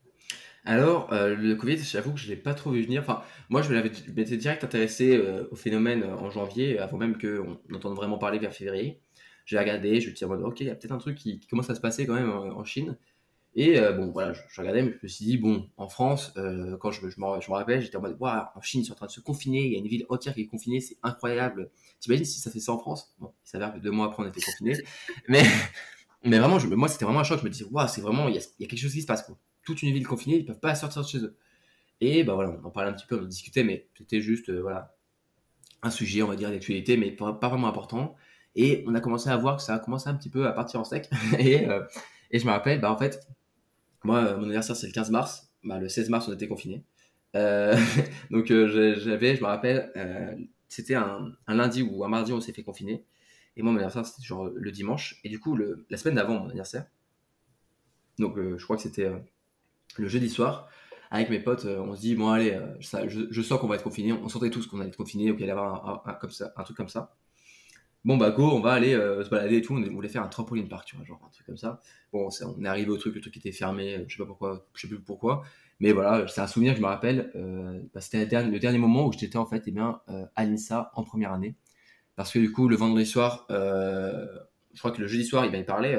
Alors, le Covid, j'avoue que je ne l'ai pas trop vu venir. Enfin, moi, je m'étais direct intéressé au phénomène en janvier, avant même qu'on entende vraiment parler vers février. J'ai regardé, je me suis dit en mode, ok, il y a peut-être un truc qui commence à se passer quand même en Chine. Et bon, voilà, je regardais, mais je me suis dit, bon, en France, quand je me rappelle, j'étais en mode, waouh, en Chine, ils sont en train de se confiner, il y a une ville entière qui est confinée, c'est incroyable. T'imagines si ça fait ça en France? Bon, il s'avère que 2 mois après, on était confinés. Mais, mais vraiment, moi, c'était vraiment un choc. Je me disais, waouh, c'est vraiment, il y a quelque chose qui se passe, quoi. Toute une ville confinée, ils peuvent pas sortir de chez eux. Et bah voilà, on en parlait un petit peu, on en discutait, mais c'était juste, voilà, un sujet, on va dire, d'actualité, mais pas vraiment important. Et on a commencé à voir que ça a commencé un petit peu à partir en steak. Et je me rappelle, bah en fait, moi, mon anniversaire, c'est le 15 mars. Bah, le 16 mars, on était confinés. Euh, donc, je me rappelle, c'était un lundi ou un mardi, on s'est fait confiner. Et moi, mon anniversaire, c'était genre le dimanche. Et du coup, la semaine d'avant mon anniversaire, donc je crois que c'était le jeudi soir, avec mes potes, on se dit, bon, allez, je sens qu'on va être confinés. On sentait tous qu'on allait être confinés, ou qu'il allait y avoir comme ça, un truc comme ça. Bon, bah, go, on va aller se balader et tout. On voulait faire un trampoline park, tu vois, genre un truc comme ça. Bon, on est arrivé au truc, le truc était fermé, je sais pas pourquoi, je sais plus pourquoi. Mais voilà, c'est un souvenir que je me rappelle. Bah, c'était le dernier moment où j'étais en fait, eh bien, à l'INSA en première année. Parce que du coup, le vendredi soir, je crois que le jeudi soir, il m'avait parlé,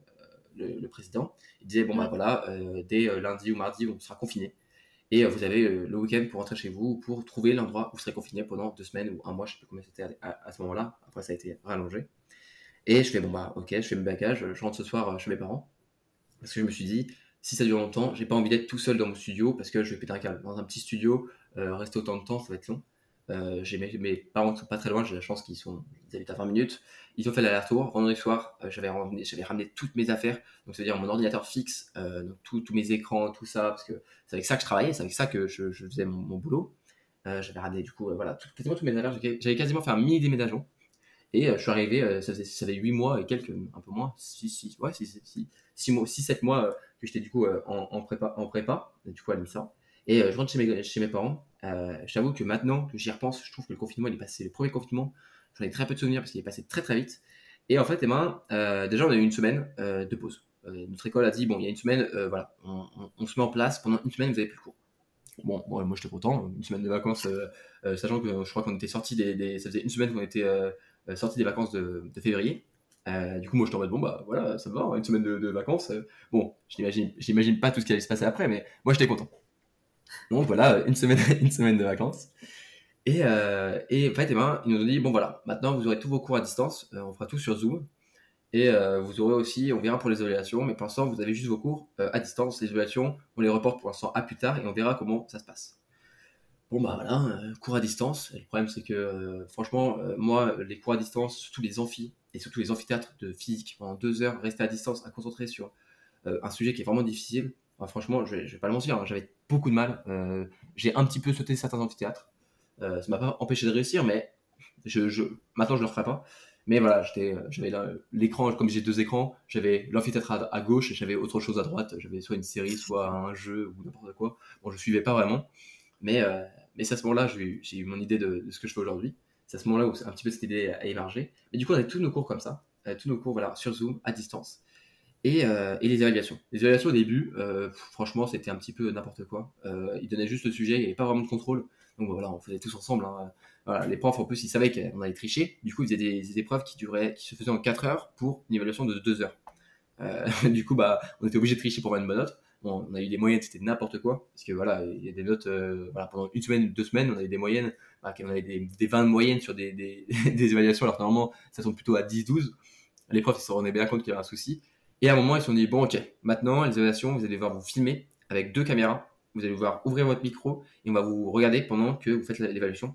le président. Il disait, bon, bah Mm. voilà, dès lundi ou mardi, on sera confiné. Et vous avez le week-end pour rentrer chez vous, pour trouver l'endroit où vous serez confiné pendant 2 semaines ou un mois, je sais plus combien c'était à ce moment-là. Après, ça a été rallongé. Et je fais, bon, bah, ok, je fais mes bagages, je rentre ce soir chez mes parents. Parce que je me suis dit, si ça dure longtemps, j'ai pas envie d'être tout seul dans mon studio parce que je vais péter un câble. Dans un petit studio, rester autant de temps, ça va être long. J'ai mes parents qui sont pas très loin, j'ai la chance ils habitent à 20 minutes. Ils ont fait l'aller-retour. Vendredi soir, j'avais ramené toutes mes affaires, donc c'est-à-dire mon ordinateur fixe, donc tous mes écrans, tout ça, parce que c'est avec ça que je travaillais, c'est avec ça que je faisais mon boulot. J'avais ramené du coup, voilà, quasiment tous mes affaires. J'avais quasiment fait un mini déménagement. Et je suis arrivé, ça faisait 8 mois et quelques, un peu moins, 6 mois, 6, 7 mois que j'étais du coup en prépa, du coup à l'INSA. Et je rentre chez mes parents. Je t'avoue que maintenant que j'y repense, je trouve que le confinement, il est passé, le premier confinement, j'en ai très peu de souvenirs parce qu'il est passé très très vite. Et en fait, eh ben, déjà, on a eu une semaine de pause. Notre école a dit, bon, il y a une semaine, voilà, on se met en place, pendant une semaine, vous avez plus de cours. Bon, moi j'étais content, une semaine de vacances, sachant que je crois qu'on était sortis ça faisait une semaine qu'on était sortis des vacances de février. Du coup, moi, je t'en mode, bon, bah voilà, ça va, hein, une semaine de vacances. Bon, j'imagine pas tout ce qui allait se passer après, mais moi, j'étais content. Donc voilà, une semaine, une semaine de vacances. Et en fait, eh ben, ils nous ont dit, bon voilà, maintenant, vous aurez tous vos cours à distance, on fera tout sur Zoom. Et vous aurez aussi, on verra pour les évaluations, mais pour l'instant, vous avez juste vos cours à distance. Les évaluations, on les reporte pour l'instant à plus tard et on verra comment ça se passe. Bon bah voilà, cours à distance. Et le problème c'est que franchement, moi, les cours à distance, surtout les amphis et surtout les amphithéâtres de physique, pendant 2 heures, rester à distance, à concentrer sur un sujet qui est vraiment difficile. Enfin, franchement, je vais pas le mentir, hein, j'avais beaucoup de mal. J'ai un petit peu sauté certains amphithéâtres. Ça m'a pas empêché de réussir, mais maintenant je le referai pas. Mais voilà, j'avais l'écran, comme j'ai 2 écrans, j'avais l'amphithéâtre à gauche et j'avais autre chose à droite. J'avais soit une série, soit un jeu ou n'importe quoi. Bon, je suivais pas vraiment. Mais, euh, mais c'est à ce moment-là, j'ai eu mon idée de ce que je fais aujourd'hui. C'est à ce moment-là où un petit peu cette idée a émergé. Mais du coup, on a tous nos cours comme ça, tous nos cours voilà, sur Zoom, à distance. Et les évaluations. Les évaluations au début, franchement, c'était un petit peu n'importe quoi. Ils donnaient juste le sujet, il n'y avait pas vraiment de contrôle. Donc voilà, on faisait tous ensemble, hein. Voilà, les profs, en plus, ils savaient qu'on allait tricher. Du coup, ils faisaient des épreuves qui se faisaient en 4 heures pour une évaluation de 2 heures. Du coup, bah, on était obligé de tricher pour avoir une bonne note. Bon, on a eu des moyennes, c'était n'importe quoi. Parce que voilà, il y a des notes, voilà, pendant une semaine, 2 semaines, on avait des moyennes, bah, on avait des 20 de moyenne sur des évaluations, alors que normalement, ça tombe plutôt à 10-12. Les profs, ils se rendaient bien compte qu'il y avait un souci. Et à un moment, ils se sont dit, bon, ok, maintenant, les évaluations, vous allez devoir vous filmer avec 2 caméras. Vous allez devoir ouvrir votre micro et on va vous regarder pendant que vous faites l'évaluation.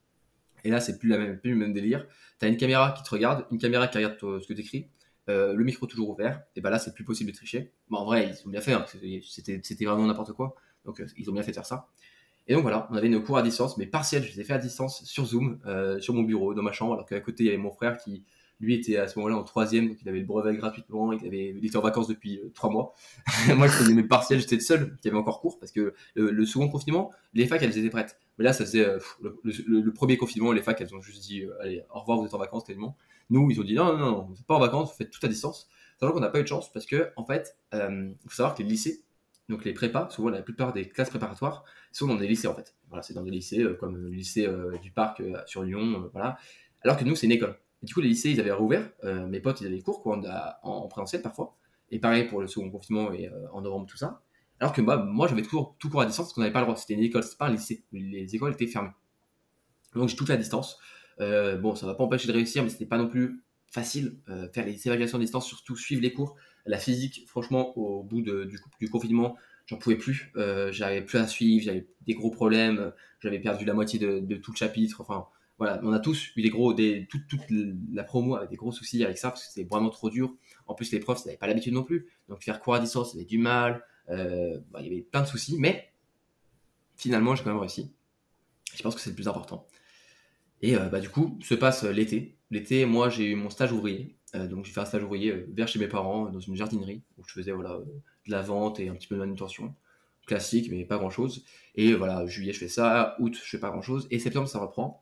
Et là, c'est plus le même délire. Tu as une caméra qui te regarde, une caméra qui regarde ce que tu écris, le micro toujours ouvert. Et bah là, c'est plus possible de tricher. Bon, en vrai, ils ont bien fait, hein, parce que c'était vraiment n'importe quoi. Donc, ils ont bien fait de faire ça. Et donc voilà, on avait nos cours à distance, mais partiels, je les ai fait à distance sur Zoom, sur mon bureau, dans ma chambre, alors qu'à côté, il y avait mon frère qui, lui, était à ce moment-là en troisième, donc il avait le brevet gratuitement, il était en vacances depuis 3 mois. Moi, je faisais mes partiels, j'étais le seul qui avait encore cours, parce que le second confinement, les facs, elles étaient prêtes. Mais là, ça faisait le premier confinement, les facs, elles ont juste dit, allez, au revoir, vous êtes en vacances quasiment. Nous, ils ont dit, non, non, non, vous n'êtes pas en vacances, vous faites tout à distance. Sachant qu'on n'a pas eu de chance, parce que, en fait, il faut savoir que les lycées, donc les prépas, souvent la plupart des classes préparatoires, sont dans des lycées en fait. Voilà, c'est dans des lycées comme le lycée du Parc sur Lyon, voilà. Alors que nous, c'est une école. Et du coup, les lycées, ils avaient rouvert. Mes potes, ils avaient cours quoi, en présentiel parfois. Et pareil pour le second confinement et en novembre, tout ça. Alors que moi j'avais tout cours à distance parce qu'on n'avait pas le droit. C'était une école, c'était pas un lycée. Les écoles étaient fermées. Donc j'ai tout fait à distance. Bon, ça m'a pas empêché de réussir, mais c'était pas non plus facile. Faire les évaluations à distance, surtout suivre les cours. La physique, franchement, au bout du confinement, j'en pouvais plus. J'avais plus à suivre, j'avais des gros problèmes. J'avais perdu la moitié de tout le chapitre. Enfin, voilà, on a tous eu toute la promo avait des gros soucis avec ça parce que c'était vraiment trop dur. En plus, les profs, ils n'avaient pas l'habitude non plus. Donc faire cours à distance, ils avaient du mal. Il y avait plein de soucis, mais finalement, j'ai quand même réussi. Je pense que c'est le plus important. Et du coup, se passe l'été. L'été, moi, j'ai eu mon stage ouvrier. Donc, j'ai fait un stage ouvrier vers chez mes parents, dans une jardinerie, où je faisais de la vente et un petit peu de manutention. Classique, mais pas grand-chose. Et voilà, juillet, je fais ça. Août, je fais pas grand-chose. Et septembre, ça reprend.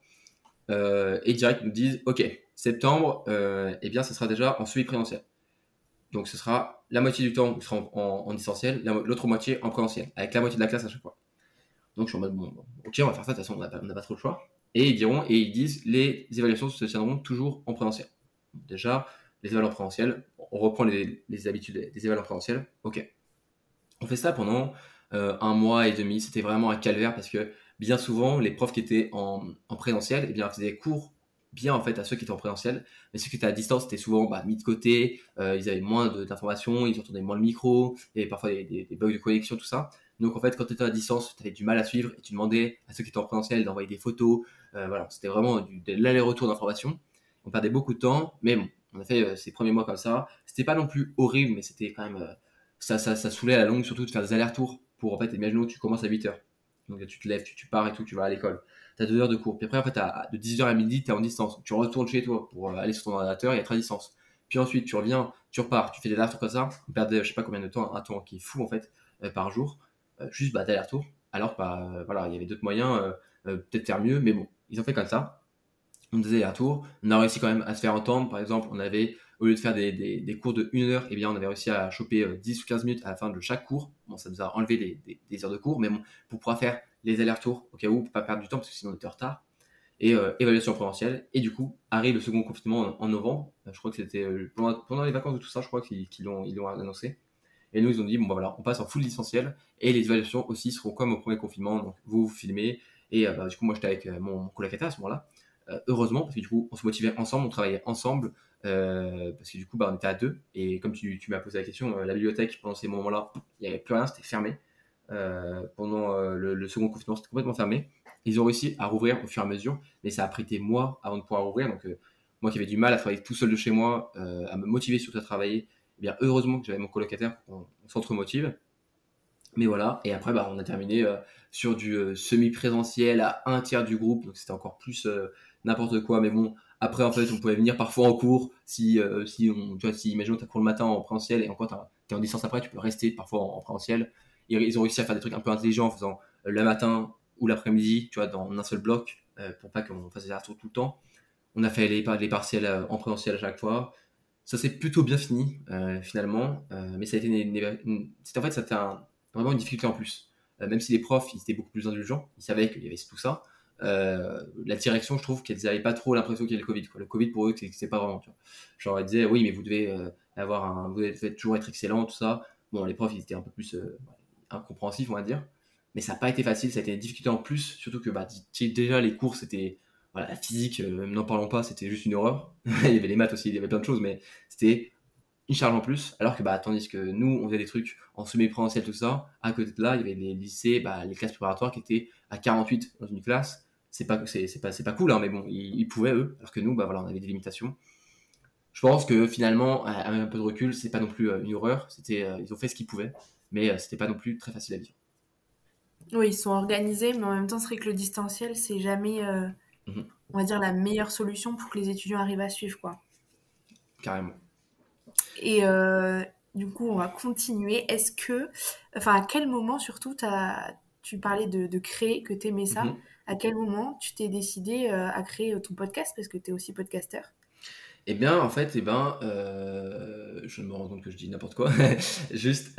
Et direct, ils nous disent, OK, septembre, eh bien, ça sera déjà en suivi présentiel. Donc, ce sera la moitié du temps, où ce sera en distanciel, l'autre moitié en présentiel, avec la moitié de la classe à chaque fois. Donc, je suis en mode, bon, ok, on va faire ça, de toute façon, on n'a pas trop le choix. Et ils disent, les évaluations se tiendront toujours en présentiel. Déjà, les évaluations en présentiel, on reprend les habitudes des évaluations en présentiel. Ok. On fait ça pendant 1 mois et demi. C'était vraiment un calvaire parce que bien souvent, les profs qui étaient en présentiel, eh bien, faisaient cours bien en fait à ceux qui étaient en présentiel, mais ceux qui étaient à distance étaient souvent mis de côté, ils avaient moins d'informations, ils entendaient moins le micro, et parfois des bugs de connexion, tout ça. Donc en fait, quand tu étais à distance, tu avais du mal à suivre et tu demandais à ceux qui étaient en présentiel d'envoyer des photos. Voilà, c'était vraiment de l'aller-retour d'informations. On perdait beaucoup de temps, mais bon, on a fait ces premiers mois comme ça. C'était pas non plus horrible, mais c'était quand même ça saoulait à la longue, surtout de faire des allers-retours pour, en fait, imaginons que tu commences à 8h. Donc tu te lèves, tu pars et tout, tu vas à l'école. Tu as 2 heures de cours. Puis après, en fait, de 10h à midi, tu es en distance. Tu retournes chez toi pour aller sur ton ordinateur et être à distance. Puis ensuite, tu reviens, tu repars, tu fais des allers-retours comme ça. On perdait, je sais pas combien de temps, un temps qui est fou, en fait, par jour. Juste d'aller-retour. Alors que, voilà, il y avait d'autres moyens, peut-être faire mieux, mais bon, ils ont fait comme ça. On faisait allers-retours. On a réussi quand même à se faire entendre. Par exemple, on avait, au lieu de faire des cours de 1 heure, eh bien, on avait réussi à choper 10 ou 15 minutes à la fin de chaque cours. Bon, ça nous a enlevé des heures de cours, mais bon, pour pouvoir faire les allers-retours au cas où, pour pas perdre du temps, parce que sinon on était en retard. Et évaluation présentielle. Et du coup, arrive le second confinement en novembre. Je crois que c'était pendant les vacances de tout ça, je crois qu'ils l'ont annoncé. Et nous, ils ont dit, bon, voilà, on passe en full distanciel. Et les évaluations aussi seront comme au premier confinement. Donc, vous filmez. Et du coup, moi, j'étais avec mon colocataire à ce moment-là. Heureusement, parce que du coup, on se motivait ensemble, on travaillait ensemble, parce que du coup, on était à deux. Et comme tu m'as posé la question, la bibliothèque, pendant ces moments-là, il n'y avait plus rien, c'était fermé. Pendant le second confinement, c'était complètement fermé. Ils ont réussi à rouvrir au fur et à mesure, mais ça a pris des mois avant de pouvoir rouvrir. Donc, moi qui avais du mal à travailler tout seul de chez moi, à me motiver surtout à travailler, eh bien, heureusement que j'avais mon colocataire pour qu'on s'entre-motive. Mais voilà, et après, on a terminé sur du semi-présentiel à un tiers du groupe, donc c'était encore plus n'importe quoi. Mais bon, après, en fait, on pouvait venir parfois en cours, si imaginons, tu as cours le matin en présentiel, et encore, tu es en distance après, tu peux rester parfois en présentiel. Et ils ont réussi à faire des trucs un peu intelligents en faisant le matin ou l'après-midi, tu vois, dans un seul bloc, pour pas qu'on fasse des allers-retours tout le temps. On a fait les partiels en présentiel à chaque fois. Ça s'est plutôt bien fini, finalement, mais ça a été c'était vraiment une difficulté en plus. Même si les profs, ils étaient beaucoup plus indulgents, ils savaient qu'il y avait tout ça. La direction, je trouve qu'ils n'avaient pas trop l'impression qu'il y avait le Covid, quoi. Le Covid, pour eux, c'est pas vraiment, tu vois. Genre, ils disaient, oui, mais vous devez vous devez toujours être excellent, tout ça. Bon, les profs, ils étaient un peu plus incompréhensifs, on va dire. Mais ça n'a pas été facile, ça a été une difficulté en plus, surtout que déjà les cours, c'était voilà, la physique, n'en parlons pas, c'était juste une horreur. Il y avait les maths aussi, il y avait plein de choses, mais c'était une charge en plus. Alors que tandis que nous, on faisait des trucs en semi-présentiel, tout ça, à côté de là, il y avait les lycées, les classes préparatoires qui étaient à 48 dans une classe. C'est pas cool, hein, mais bon, ils pouvaient eux, alors que nous, voilà, on avait des limitations. Je pense que finalement, avec un peu de recul, c'est pas non plus une horreur. Ils ont fait ce qu'ils pouvaient, mais c'était pas non plus très facile à vivre. Oui, ils sont organisés, mais en même temps, c'est vrai que le distanciel, c'est jamais, Mhm. on va dire, la meilleure solution pour que les étudiants arrivent à suivre, quoi. Carrément. Et du coup, on va continuer. Enfin, à quel moment surtout, tu parlais de créer, que t'aimais ça. Mhm. À quel moment tu t'es décidé à créer ton podcast, parce que t'es aussi podcasteur? Eh bien, en fait, je me rends compte que je dis n'importe quoi. Juste,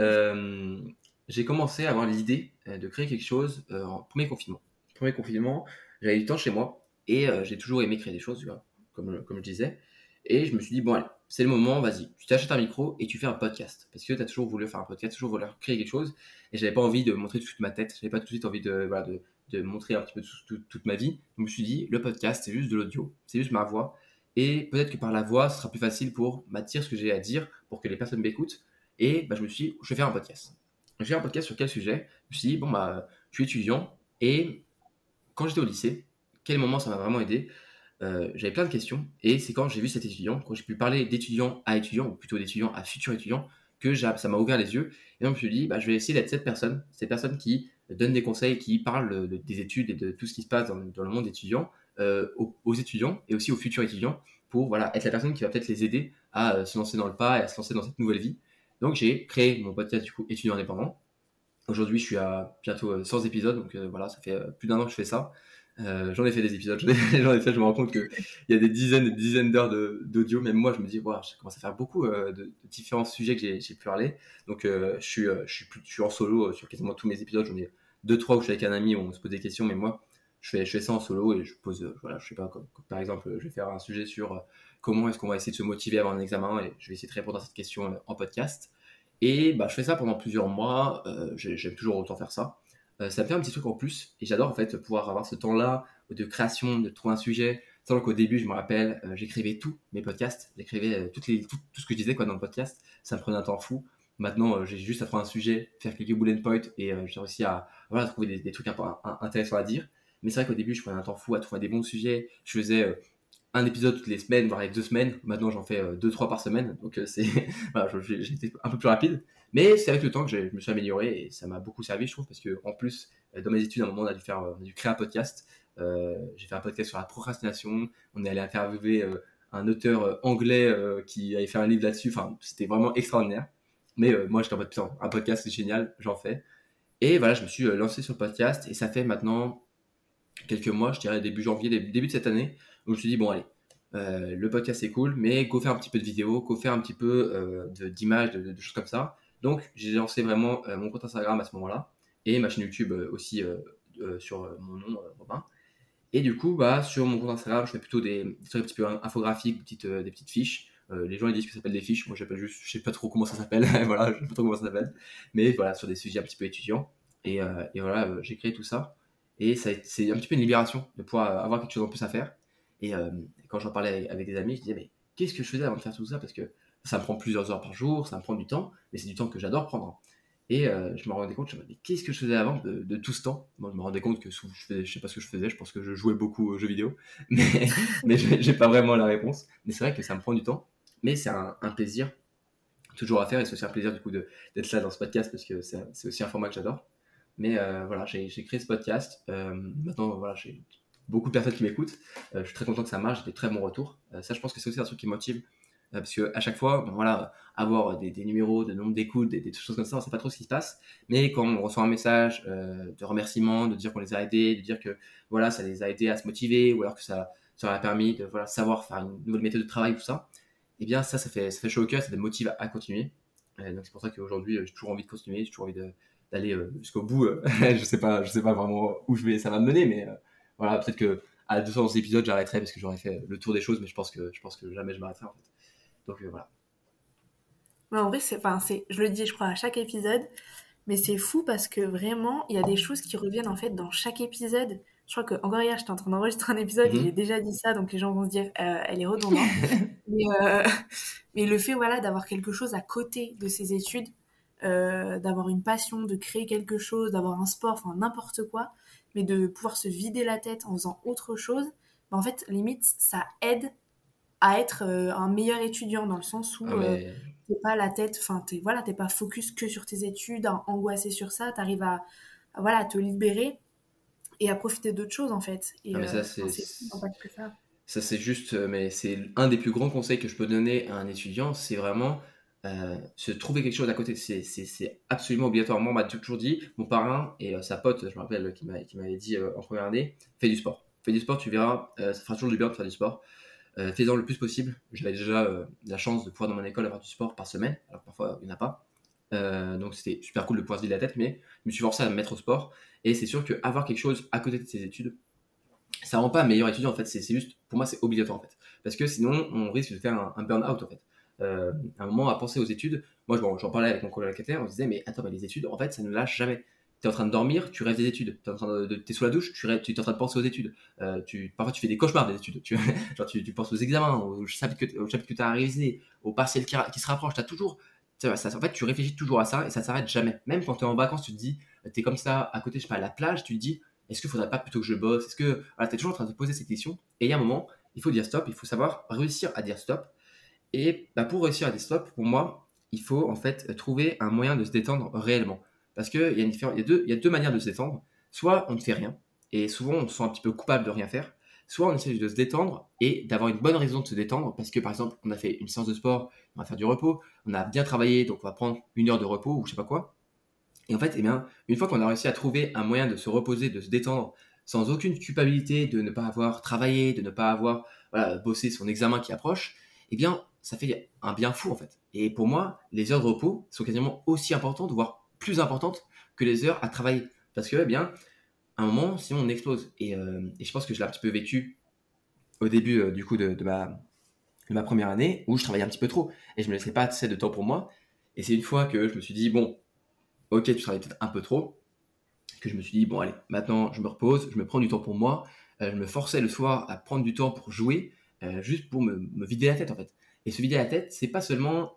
j'ai commencé à avoir l'idée de créer quelque chose en premier confinement. Premier confinement, j'avais du temps chez moi et j'ai toujours aimé créer des choses, tu vois, comme je disais. Et je me suis dit, bon, allez, c'est le moment, vas-y, tu t'achètes un micro et tu fais un podcast. Parce que tu as toujours voulu faire un podcast, toujours voulu créer quelque chose. Et j'avais pas envie de montrer toute ma tête. J'avais pas tout de suite envie de montrer un petit peu toute ma vie. Donc, je me suis dit, le podcast, c'est juste de l'audio, c'est juste ma voix. Et peut-être que par la voix, ce sera plus facile pour dire ce que j'ai à dire, pour que les personnes m'écoutent. Et bah, je me suis dit, je vais faire un podcast. Je vais faire un podcast sur quel sujet? Je me suis dit, bon, bah, je suis étudiant. Et quand j'étais au lycée, quel moment ça m'a vraiment aidé? J'avais plein de questions. Et c'est quand j'ai vu cet étudiant, quand j'ai pu parler d'étudiant à étudiant, ou plutôt d'étudiant à futur étudiant, que ça m'a ouvert les yeux. Et donc je me suis dit, bah, je vais essayer d'être cette personne qui donne des conseils, qui parle des études et de tout ce qui se passe dans le monde étudiant, aux étudiants et aussi aux futurs étudiants, pour voilà, être la personne qui va peut-être les aider à se lancer dans le pas et à se lancer dans cette nouvelle vie. Donc j'ai créé mon podcast du coup étudiant indépendant. Aujourd'hui, je suis à bientôt 100 épisodes, donc voilà, ça fait plus d'un an que je fais ça. J'en ai fait des épisodes, j'en ai fait, je me rends compte qu'il y a des dizaines et des dizaines d'heures d'audio. Même moi, je me dis, wow, je commence à faire beaucoup de différents sujets que j'ai pu parler. Donc, je suis en solo sur quasiment tous mes épisodes. J'en ai deux, trois où je suis avec un ami, où on se pose des questions, mais moi, je fais ça en solo et je pose, voilà, je sais pas, comme par exemple, je vais faire un sujet sur comment est-ce qu'on va essayer de se motiver avant un examen et je vais essayer de répondre à cette question en podcast. Et bah, je fais ça pendant plusieurs mois. J'aime toujours autant faire ça. Ça me fait un petit truc en plus. Et j'adore en fait pouvoir avoir ce temps-là de création, de trouver un sujet. Sans qu'au début, je me rappelle, j'écrivais tous mes podcasts. J'écrivais tout ce que je disais quoi, dans le podcast. Ça me prenait un temps fou. Maintenant, j'ai juste à trouver un sujet, faire quelques bullet points et j'ai réussi à voilà, trouver des trucs intéressants à dire. Mais c'est vrai qu'au début, je prenais un temps fou à trouver des bons sujets. Je faisais un épisode toutes les semaines, voire les 2 semaines. Maintenant, j'en fais 2-3 par semaine. Donc, voilà, j'ai été un peu plus rapide. Mais c'est avec le temps que je me suis amélioré et ça m'a beaucoup servi, je trouve, parce que en plus, dans mes études, à un moment, on a dû créer un podcast. J'ai fait un podcast sur la procrastination. On est allé interviewer un auteur anglais qui avait fait un livre là-dessus. Enfin, c'était vraiment extraordinaire. Mais moi, j'étais en mode, putain, un podcast, c'est génial, j'en fais. Et voilà, je me suis lancé sur le podcast et ça fait maintenant quelques mois, je dirais début janvier, début de cette année, où je me suis dit, bon, allez, le podcast c'est cool, mais go faire un petit peu de vidéo, go faire un petit peu d'images, de choses comme ça. Donc, j'ai lancé vraiment mon compte Instagram à ce moment-là, et ma chaîne YouTube aussi sur mon nom, Robin. Et du coup, bah, sur mon compte Instagram, je fais plutôt des trucs un petit peu infographiques, des petites fiches. Les gens ils disent que ça s'appelle des fiches, moi j'appelle juste, je sais pas trop comment ça s'appelle, voilà, je sais pas trop comment ça s'appelle. Mais voilà, sur des sujets un petit peu étudiants. Et voilà, j'ai créé tout ça. Et c'est un petit peu une libération de pouvoir avoir quelque chose en plus à faire. Et quand j'en parlais avec des amis, je disais, mais qu'est-ce que je faisais avant de faire tout ça? Parce que ça me prend plusieurs heures par jour, ça me prend du temps, mais c'est du temps que j'adore prendre. Et je me rendais compte, je me disais, mais qu'est-ce que je faisais avant de tout ce temps? Moi, je me rendais compte que je sais pas ce que je faisais, je pense que je jouais beaucoup aux jeux vidéo, mais j'ai pas vraiment la réponse. Mais c'est vrai que ça me prend du temps, mais c'est un plaisir toujours à faire, et c'est aussi un plaisir du coup d'être là dans ce podcast parce que c'est aussi un format que j'adore. Mais voilà, j'ai créé ce podcast. Maintenant, voilà, j'ai beaucoup de personnes qui m'écoutent. Je suis très content que ça marche, j'ai des très bons retours. Ça, je pense que c'est aussi un truc qui motive parce que à chaque fois, bon, voilà, avoir des numéros, de nombre d'écoutes, des choses comme ça, on sait pas trop ce qui se passe. Mais quand on reçoit un message de remerciement, de dire qu'on les a aidés, de dire que voilà, ça les a aidés à se motiver, ou alors que ça leur a permis de voilà, savoir faire une nouvelle méthode de travail, tout ça, et bien ça fait chaud au cœur, ça me motive à continuer. Donc c'est pour ça qu'aujourd'hui, j'ai toujours envie de continuer, j'ai toujours envie d'aller jusqu'au bout. Je sais pas vraiment où ça va me mener, mais voilà, peut-être que à 200 épisodes, j'arrêterai parce que j'aurais fait le tour des choses, mais je pense que jamais je m'arrêterai en fait. Donc voilà. Mais en vrai, je le dis, je crois, à chaque épisode, mais c'est fou parce que vraiment, il y a des choses qui reviennent en fait dans chaque épisode. Je crois que encore hier, j'étais en train d'enregistrer un épisode et j'ai Mhm. déjà dit ça, donc les gens vont se dire, elle est redondante. Mais, euh, mais le fait, voilà, d'avoir quelque chose à côté de ses études, d'avoir une passion, de créer quelque chose, d'avoir un sport, enfin n'importe quoi, mais de pouvoir se vider la tête en faisant autre chose, bah, en fait, limite, ça aide à être un meilleur étudiant dans le sens Ah où mais t'es pas la tête, enfin t'es voilà, t'es pas focus que sur tes études, angoissé sur ça, t'arrives voilà, à te libérer et à profiter d'autres choses en fait. Et Non, mais ça, c'est pas que ça. ça, c'est juste, mais c'est un des plus grands conseils que je peux donner à un étudiant, c'est vraiment se trouver quelque chose à côté. C'est absolument obligatoire. Moi, on m'a toujours dit, mon parrain et sa pote, je me rappelle, qui m'avait dit en première année, fais du sport. Fais du sport, tu verras, ça fera toujours du bien de faire du sport. Fais-en le plus possible. J'avais déjà la chance de pouvoir dans mon école avoir du sport par semaine, alors parfois il n'y en a pas. Donc c'était super cool de pouvoir se vider la tête, mais je me suis forcé à me mettre au sport. Et c'est sûr qu'avoir quelque chose à côté de ses études, ça rend pas meilleur étudiant en fait. C'est juste, pour moi, c'est obligatoire en fait. Parce que sinon, on risque de faire un burn-out en fait. À un moment, à penser aux études, moi j'en parlais avec mon colocataire, on se disait, mais attends, mais les études, en fait, ça ne lâche jamais. Tu es en train de dormir, tu rêves des études. T'es sous la douche, tu es en train de penser aux études. Parfois, tu fais des cauchemars des études. Tu penses aux examens, au chapitre que tu as révisé, au partiel qui se rapproche. En fait, tu réfléchis toujours à ça et ça s'arrête jamais. Même quand tu es en vacances, tu te dis, tu es comme ça à côté, je sais pas, à la plage, tu te dis, est-ce qu'il faudrait pas plutôt que je bosse? Est-ce que voilà, tu es toujours en train de te poser ces questions? Et il y a un moment, il faut dire stop, il faut savoir réussir à dire stop. Et pour réussir à dire stop, pour moi, il faut en fait trouver un moyen de se détendre réellement. Parce qu'il y a il y a deux manières de se détendre. Soit on ne fait rien, et souvent on se sent un petit peu coupable de rien faire. Soit on essaie de se détendre et d'avoir une bonne raison de se détendre, parce que par exemple, on a fait une séance de sport, on va faire du repos, on a bien travaillé, donc on va prendre une heure de repos ou je sais pas quoi. Et en fait, eh bien, une fois qu'on a réussi à trouver un moyen de se reposer, de se détendre, sans aucune culpabilité de ne pas avoir travaillé, de ne pas avoir voilà, bossé son examen qui approche, eh bien, ça fait un bien fou en fait. Et pour moi, les heures de repos sont quasiment aussi importantes, voire plus importantes que les heures à travailler. Parce que, eh bien, à un moment, sinon on explose. Et je pense que je l'ai un petit peu vécu au début du coup de ma première année, où je travaillais un petit peu trop. Et je me laissais pas assez de temps pour moi. Et c'est une fois que je me suis dit, bon, ok, tu travailles peut-être un peu trop, que je me suis dit, bon, allez, maintenant je me repose, je me prends du temps pour moi. Je me forçais le soir à prendre du temps pour jouer, juste pour me vider la tête, en fait. Et se vider la tête, c'est pas seulement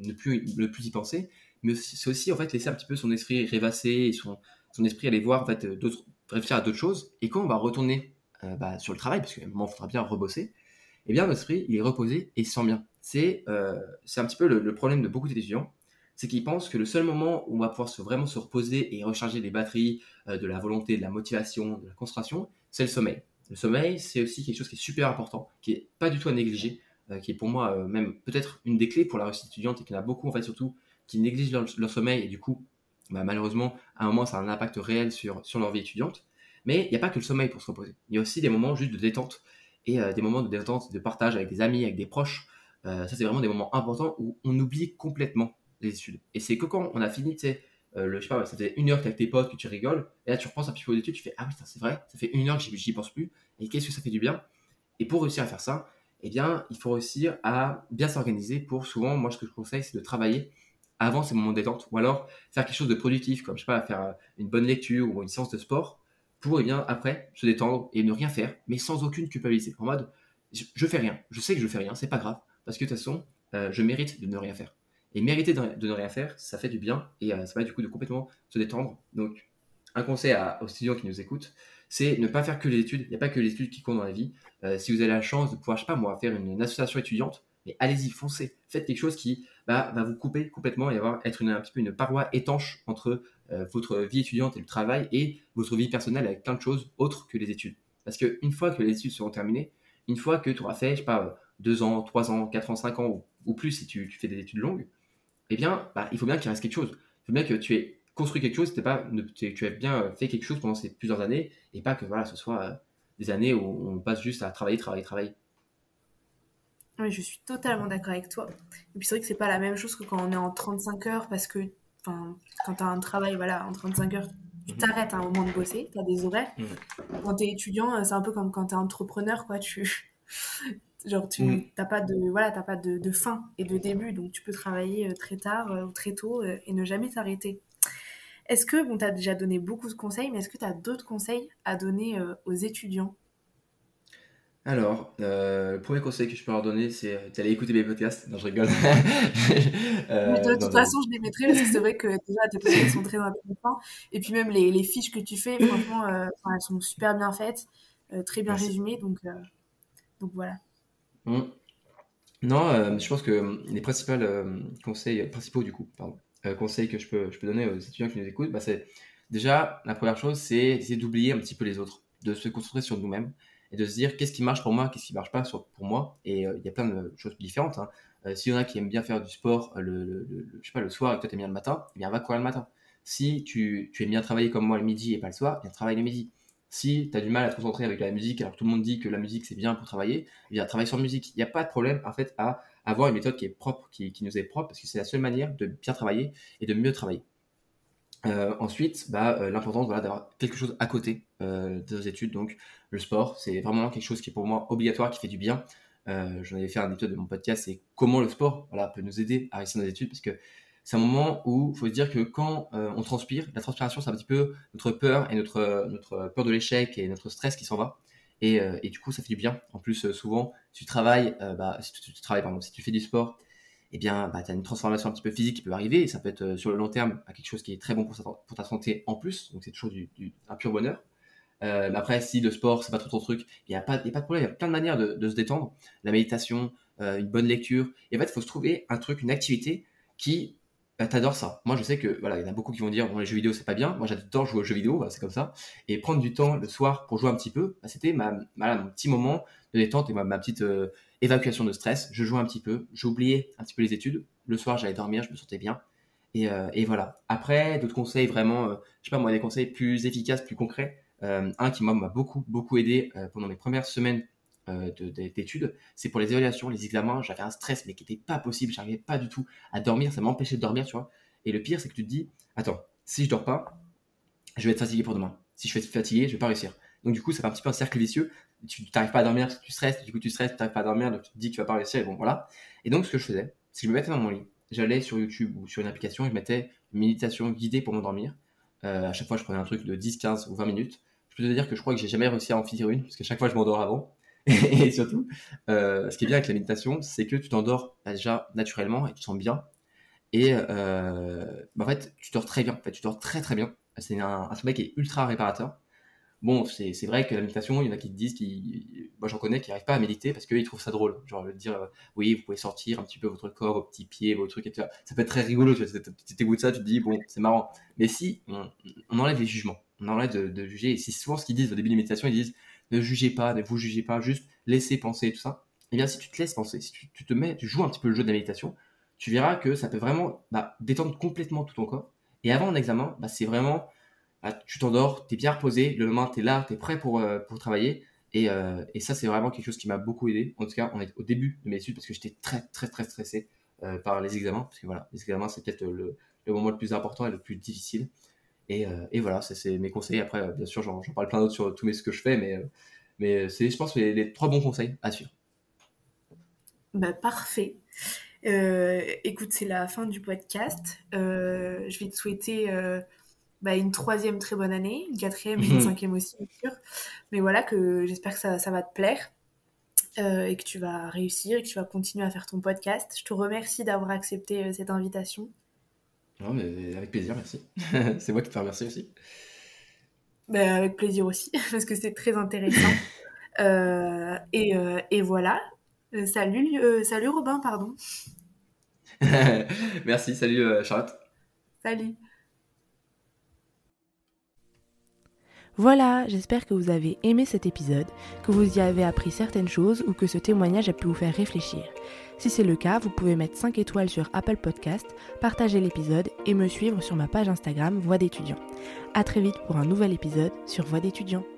ne plus y penser, mais c'est aussi, en fait, laisser un petit peu son esprit rêvasser et son esprit aller voir, en fait, réfléchir à d'autres choses. Et quand on va retourner sur le travail, parce qu'à un moment, il faudra bien rebosser, eh bien, notre esprit, il est reposé et il se sent bien. C'est un petit peu le problème de beaucoup d'étudiants, c'est qu'ils pensent que le seul moment où on va pouvoir vraiment se reposer et recharger les batteries de la volonté, de la motivation, de la concentration, c'est le sommeil. Le sommeil, c'est aussi quelque chose qui est super important, qui est pas du tout à négliger, qui est pour moi même peut-être une des clés pour la réussite étudiante et qu'il y en a beaucoup en fait surtout qui négligent leur sommeil et du coup, malheureusement, à un moment, ça a un impact réel sur leur vie étudiante. Mais il n'y a pas que le sommeil pour se reposer. Il y a aussi des moments juste de détente et des moments de détente, de partage avec des amis, avec des proches. Ça, c'est vraiment des moments importants où on oublie complètement les études. Et c'est que quand on a fini, tu sais, je sais pas, ça fait une heure que t'es avec tes potes, que tu rigoles, et là tu repenses un petit peu aux études, tu fais ah oui, c'est vrai, ça fait une heure que j'y pense plus, et qu'est-ce que ça fait du bien. Et pour réussir à faire ça, eh bien, il faut réussir à bien s'organiser pour souvent, moi ce que je conseille, c'est de travailler avant ces moments de détente, ou alors faire quelque chose de productif, comme je sais pas, faire une bonne lecture ou une séance de sport, pour eh bien après se détendre et ne rien faire, mais sans aucune culpabilité. En mode, je fais rien, je sais que je fais rien, c'est pas grave, parce que de toute façon, je mérite de ne rien faire. Et mériter de ne rien faire, ça fait du bien et ça va du coup de complètement se détendre. Donc, un conseil aux étudiants qui nous écoutent, c'est ne pas faire que les études. Il n'y a pas que les études qui comptent dans la vie. Si vous avez la chance de pouvoir, je sais pas moi, faire une association étudiante, mais allez-y, foncez. Faites quelque chose qui va vous couper complètement et être un petit peu une paroi étanche entre votre vie étudiante et le travail et votre vie personnelle avec plein de choses autres que les études. Parce qu'une fois que les études seront terminées, une fois que tu auras fait, je sais pas, 2 ans, 3 ans, 4 ans, 5 ans ou plus si tu fais des études longues, eh bien, il faut bien qu'il reste quelque chose. Il faut bien que tu aies construit quelque chose, tu aies bien fait quelque chose pendant ces plusieurs années, et pas que voilà, ce soit des années où on passe juste à travailler, travailler, travailler. Oui, je suis totalement d'accord avec toi. Et puis c'est vrai que c'est pas la même chose que quand on est en 35 heures parce que quand tu as un travail voilà, en 35 heures, tu t'arrêtes à un moment de bosser, tu as des horaires. Quand tu es étudiant, c'est un peu comme quand tu es entrepreneur quoi, genre t'as pas de fin et de début donc tu peux travailler très tard ou très tôt et ne jamais t'arrêter. Est-ce que tu as déjà donné beaucoup de conseils mais est-ce que tu as d'autres conseils à donner aux étudiants? Alors, le premier conseil que je peux leur donner, c'est d'aller écouter mes podcasts. Non, je rigole. Mais de Non, toute non. façon, je les mettrai parce que c'est vrai que déjà tes podcasts sont très intéressants et puis même les fiches que tu fais franchement enfin, elles sont super bien faites, très bien Merci. résumées donc voilà. Mm. Non, je pense que les principaux du coup, pardon, conseils que je peux donner aux étudiants qui nous écoutent, c'est Déjà, la première chose, c'est d'essayer d'oublier un petit peu les autres, de se concentrer sur nous-mêmes et de se dire qu'est-ce qui marche pour moi, qu'est-ce qui marche pas pour moi. Et il y a plein de choses différentes. Hein. S'il y en a qui aiment bien faire du sport je sais pas, le soir et que toi tu aimes bien le matin, eh bien va courir le matin. Si tu aimes bien travailler comme moi le midi et pas le soir, eh bien travaille le midi. Si tu as du mal à te concentrer avec la musique, alors que tout le monde dit que la musique c'est bien pour travailler, eh bien travaille sur la musique. Il n'y a pas de problème en fait à avoir une méthode qui est propre, qui nous est propre, parce que c'est la seule manière de bien travailler et de mieux travailler. Ensuite, l'importance d'avoir quelque chose à côté de nos études. Donc, le sport, c'est vraiment quelque chose qui est pour moi obligatoire, qui fait du bien. J'en avais fait un épisode de mon podcast, c'est comment le sport peut nous aider à réussir nos études, parce que c'est un moment où il faut se dire que quand on transpire, la transpiration, c'est un petit peu notre peur et notre peur de l'échec et notre stress qui s'en va. Et du coup, ça fait du bien. En plus, souvent, si tu fais du sport, eh bien, tu as une transformation un petit peu physique qui peut arriver, et ça peut être sur le long terme quelque chose qui est très bon pour ta santé en plus, donc c'est toujours un pur bonheur. Mais après, si le sport, c'est pas trop ton truc, il n'y a pas de problème, il y a plein de manières de se détendre, la méditation, une bonne lecture, et en fait, il faut se trouver un truc, une activité qui, t'adores ça. Moi, je sais que, il y en a beaucoup qui vont dire, bon, les jeux vidéo, c'est pas bien, moi j'adore jouer aux jeux vidéo, c'est comme ça, et prendre du temps le soir pour jouer un petit peu, c'était mon petit moment de détente et ma petite évacuation de stress. Je jouais un petit peu, j'oubliais un petit peu les études. Le soir, j'allais dormir, je me sentais bien. Et voilà. Après, d'autres conseils vraiment, je sais pas moi, des conseils plus efficaces, plus concrets. Un qui m'a beaucoup, beaucoup aidé pendant mes premières semaines d'études, c'est pour les évaluations, les examens. J'avais un stress, mais qui n'était pas possible. J'arrivais pas du tout à dormir. Ça m'empêchait de dormir, tu vois. Et le pire, c'est que tu te dis, attends, si je dors pas, je vais être fatigué pour demain. Si je vais être fatigué, je vais pas réussir. Donc du coup, ça fait un petit peu un cercle vicieux. Tu n'arrives pas à dormir, tu stresses, du coup tu stresses, tu n'arrives pas à dormir, donc tu te dis que tu vas pas réussir, et bon voilà. Et donc ce que je faisais, c'est que je me mettais dans mon lit, j'allais sur YouTube ou sur une application et je mettais une méditation guidée pour m'endormir. À chaque fois, je prenais un truc de 10, 15 ou 20 minutes. Je peux te dire que je crois que j'ai jamais réussi à en finir une, parce qu'à chaque fois je m'endors avant. Et surtout, ce qui est bien avec la méditation, c'est que tu t'endors déjà naturellement et tu te sens bien. Et en fait, tu dors très bien. En fait, tu dors très très bien. C'est un sommeil qui est ultra réparateur. Bon, c'est vrai que la méditation, il y en a qui te disent, moi j'en connais, qui n'arrivent pas à méditer parce qu'ils trouvent ça drôle. Genre, de dire, oui, vous pouvez sortir un petit peu votre corps, vos petits pieds, vos trucs, etc. Ça peut être très rigolo, tu vois, tu t'écoutes ça, tu te dis, bon, c'est marrant. Mais si on enlève les jugements, on enlève de juger, et c'est souvent ce qu'ils disent au début de la méditation, ils disent, ne jugez pas, ne vous jugez pas, juste laissez penser et tout ça. Et bien, si tu te laisses penser, si tu joues un petit peu le jeu de la méditation, tu verras que ça peut vraiment détendre complètement tout ton corps. Et avant un examen, c'est vraiment... tu t'endors, t'es bien reposé, le lendemain t'es là, t'es prêt pour travailler, et ça c'est vraiment quelque chose qui m'a beaucoup aidé. En tout cas, on est au début de mes études parce que j'étais très très très stressé par les examens, parce que voilà, les examens c'est peut-être le moment le plus important et le plus difficile. Et voilà, c'est mes conseils. Après, bien sûr, j'en parle plein d'autres sur tout ce que je fais, mais c'est, je pense, les 3 bons conseils à suivre. Parfait. Écoute, c'est la fin du podcast. Je vais te souhaiter une 3e très bonne année, une 4e et une 5e aussi, bien sûr. Mais voilà, que j'espère que ça va te plaire et que tu vas réussir et que tu vas continuer à faire ton podcast. Je te remercie d'avoir accepté cette invitation. Non, mais avec plaisir, merci. C'est moi qui te remercie aussi. Avec plaisir aussi, parce que c'est très intéressant. Et voilà. Salut Robin, pardon. Merci, salut Charlotte. Salut. Voilà, j'espère que vous avez aimé cet épisode, que vous y avez appris certaines choses ou que ce témoignage a pu vous faire réfléchir. Si c'est le cas, vous pouvez mettre 5 étoiles sur Apple Podcast, partager l'épisode et me suivre sur ma page Instagram Voix d'étudiant. À très vite pour un nouvel épisode sur Voix d'étudiant.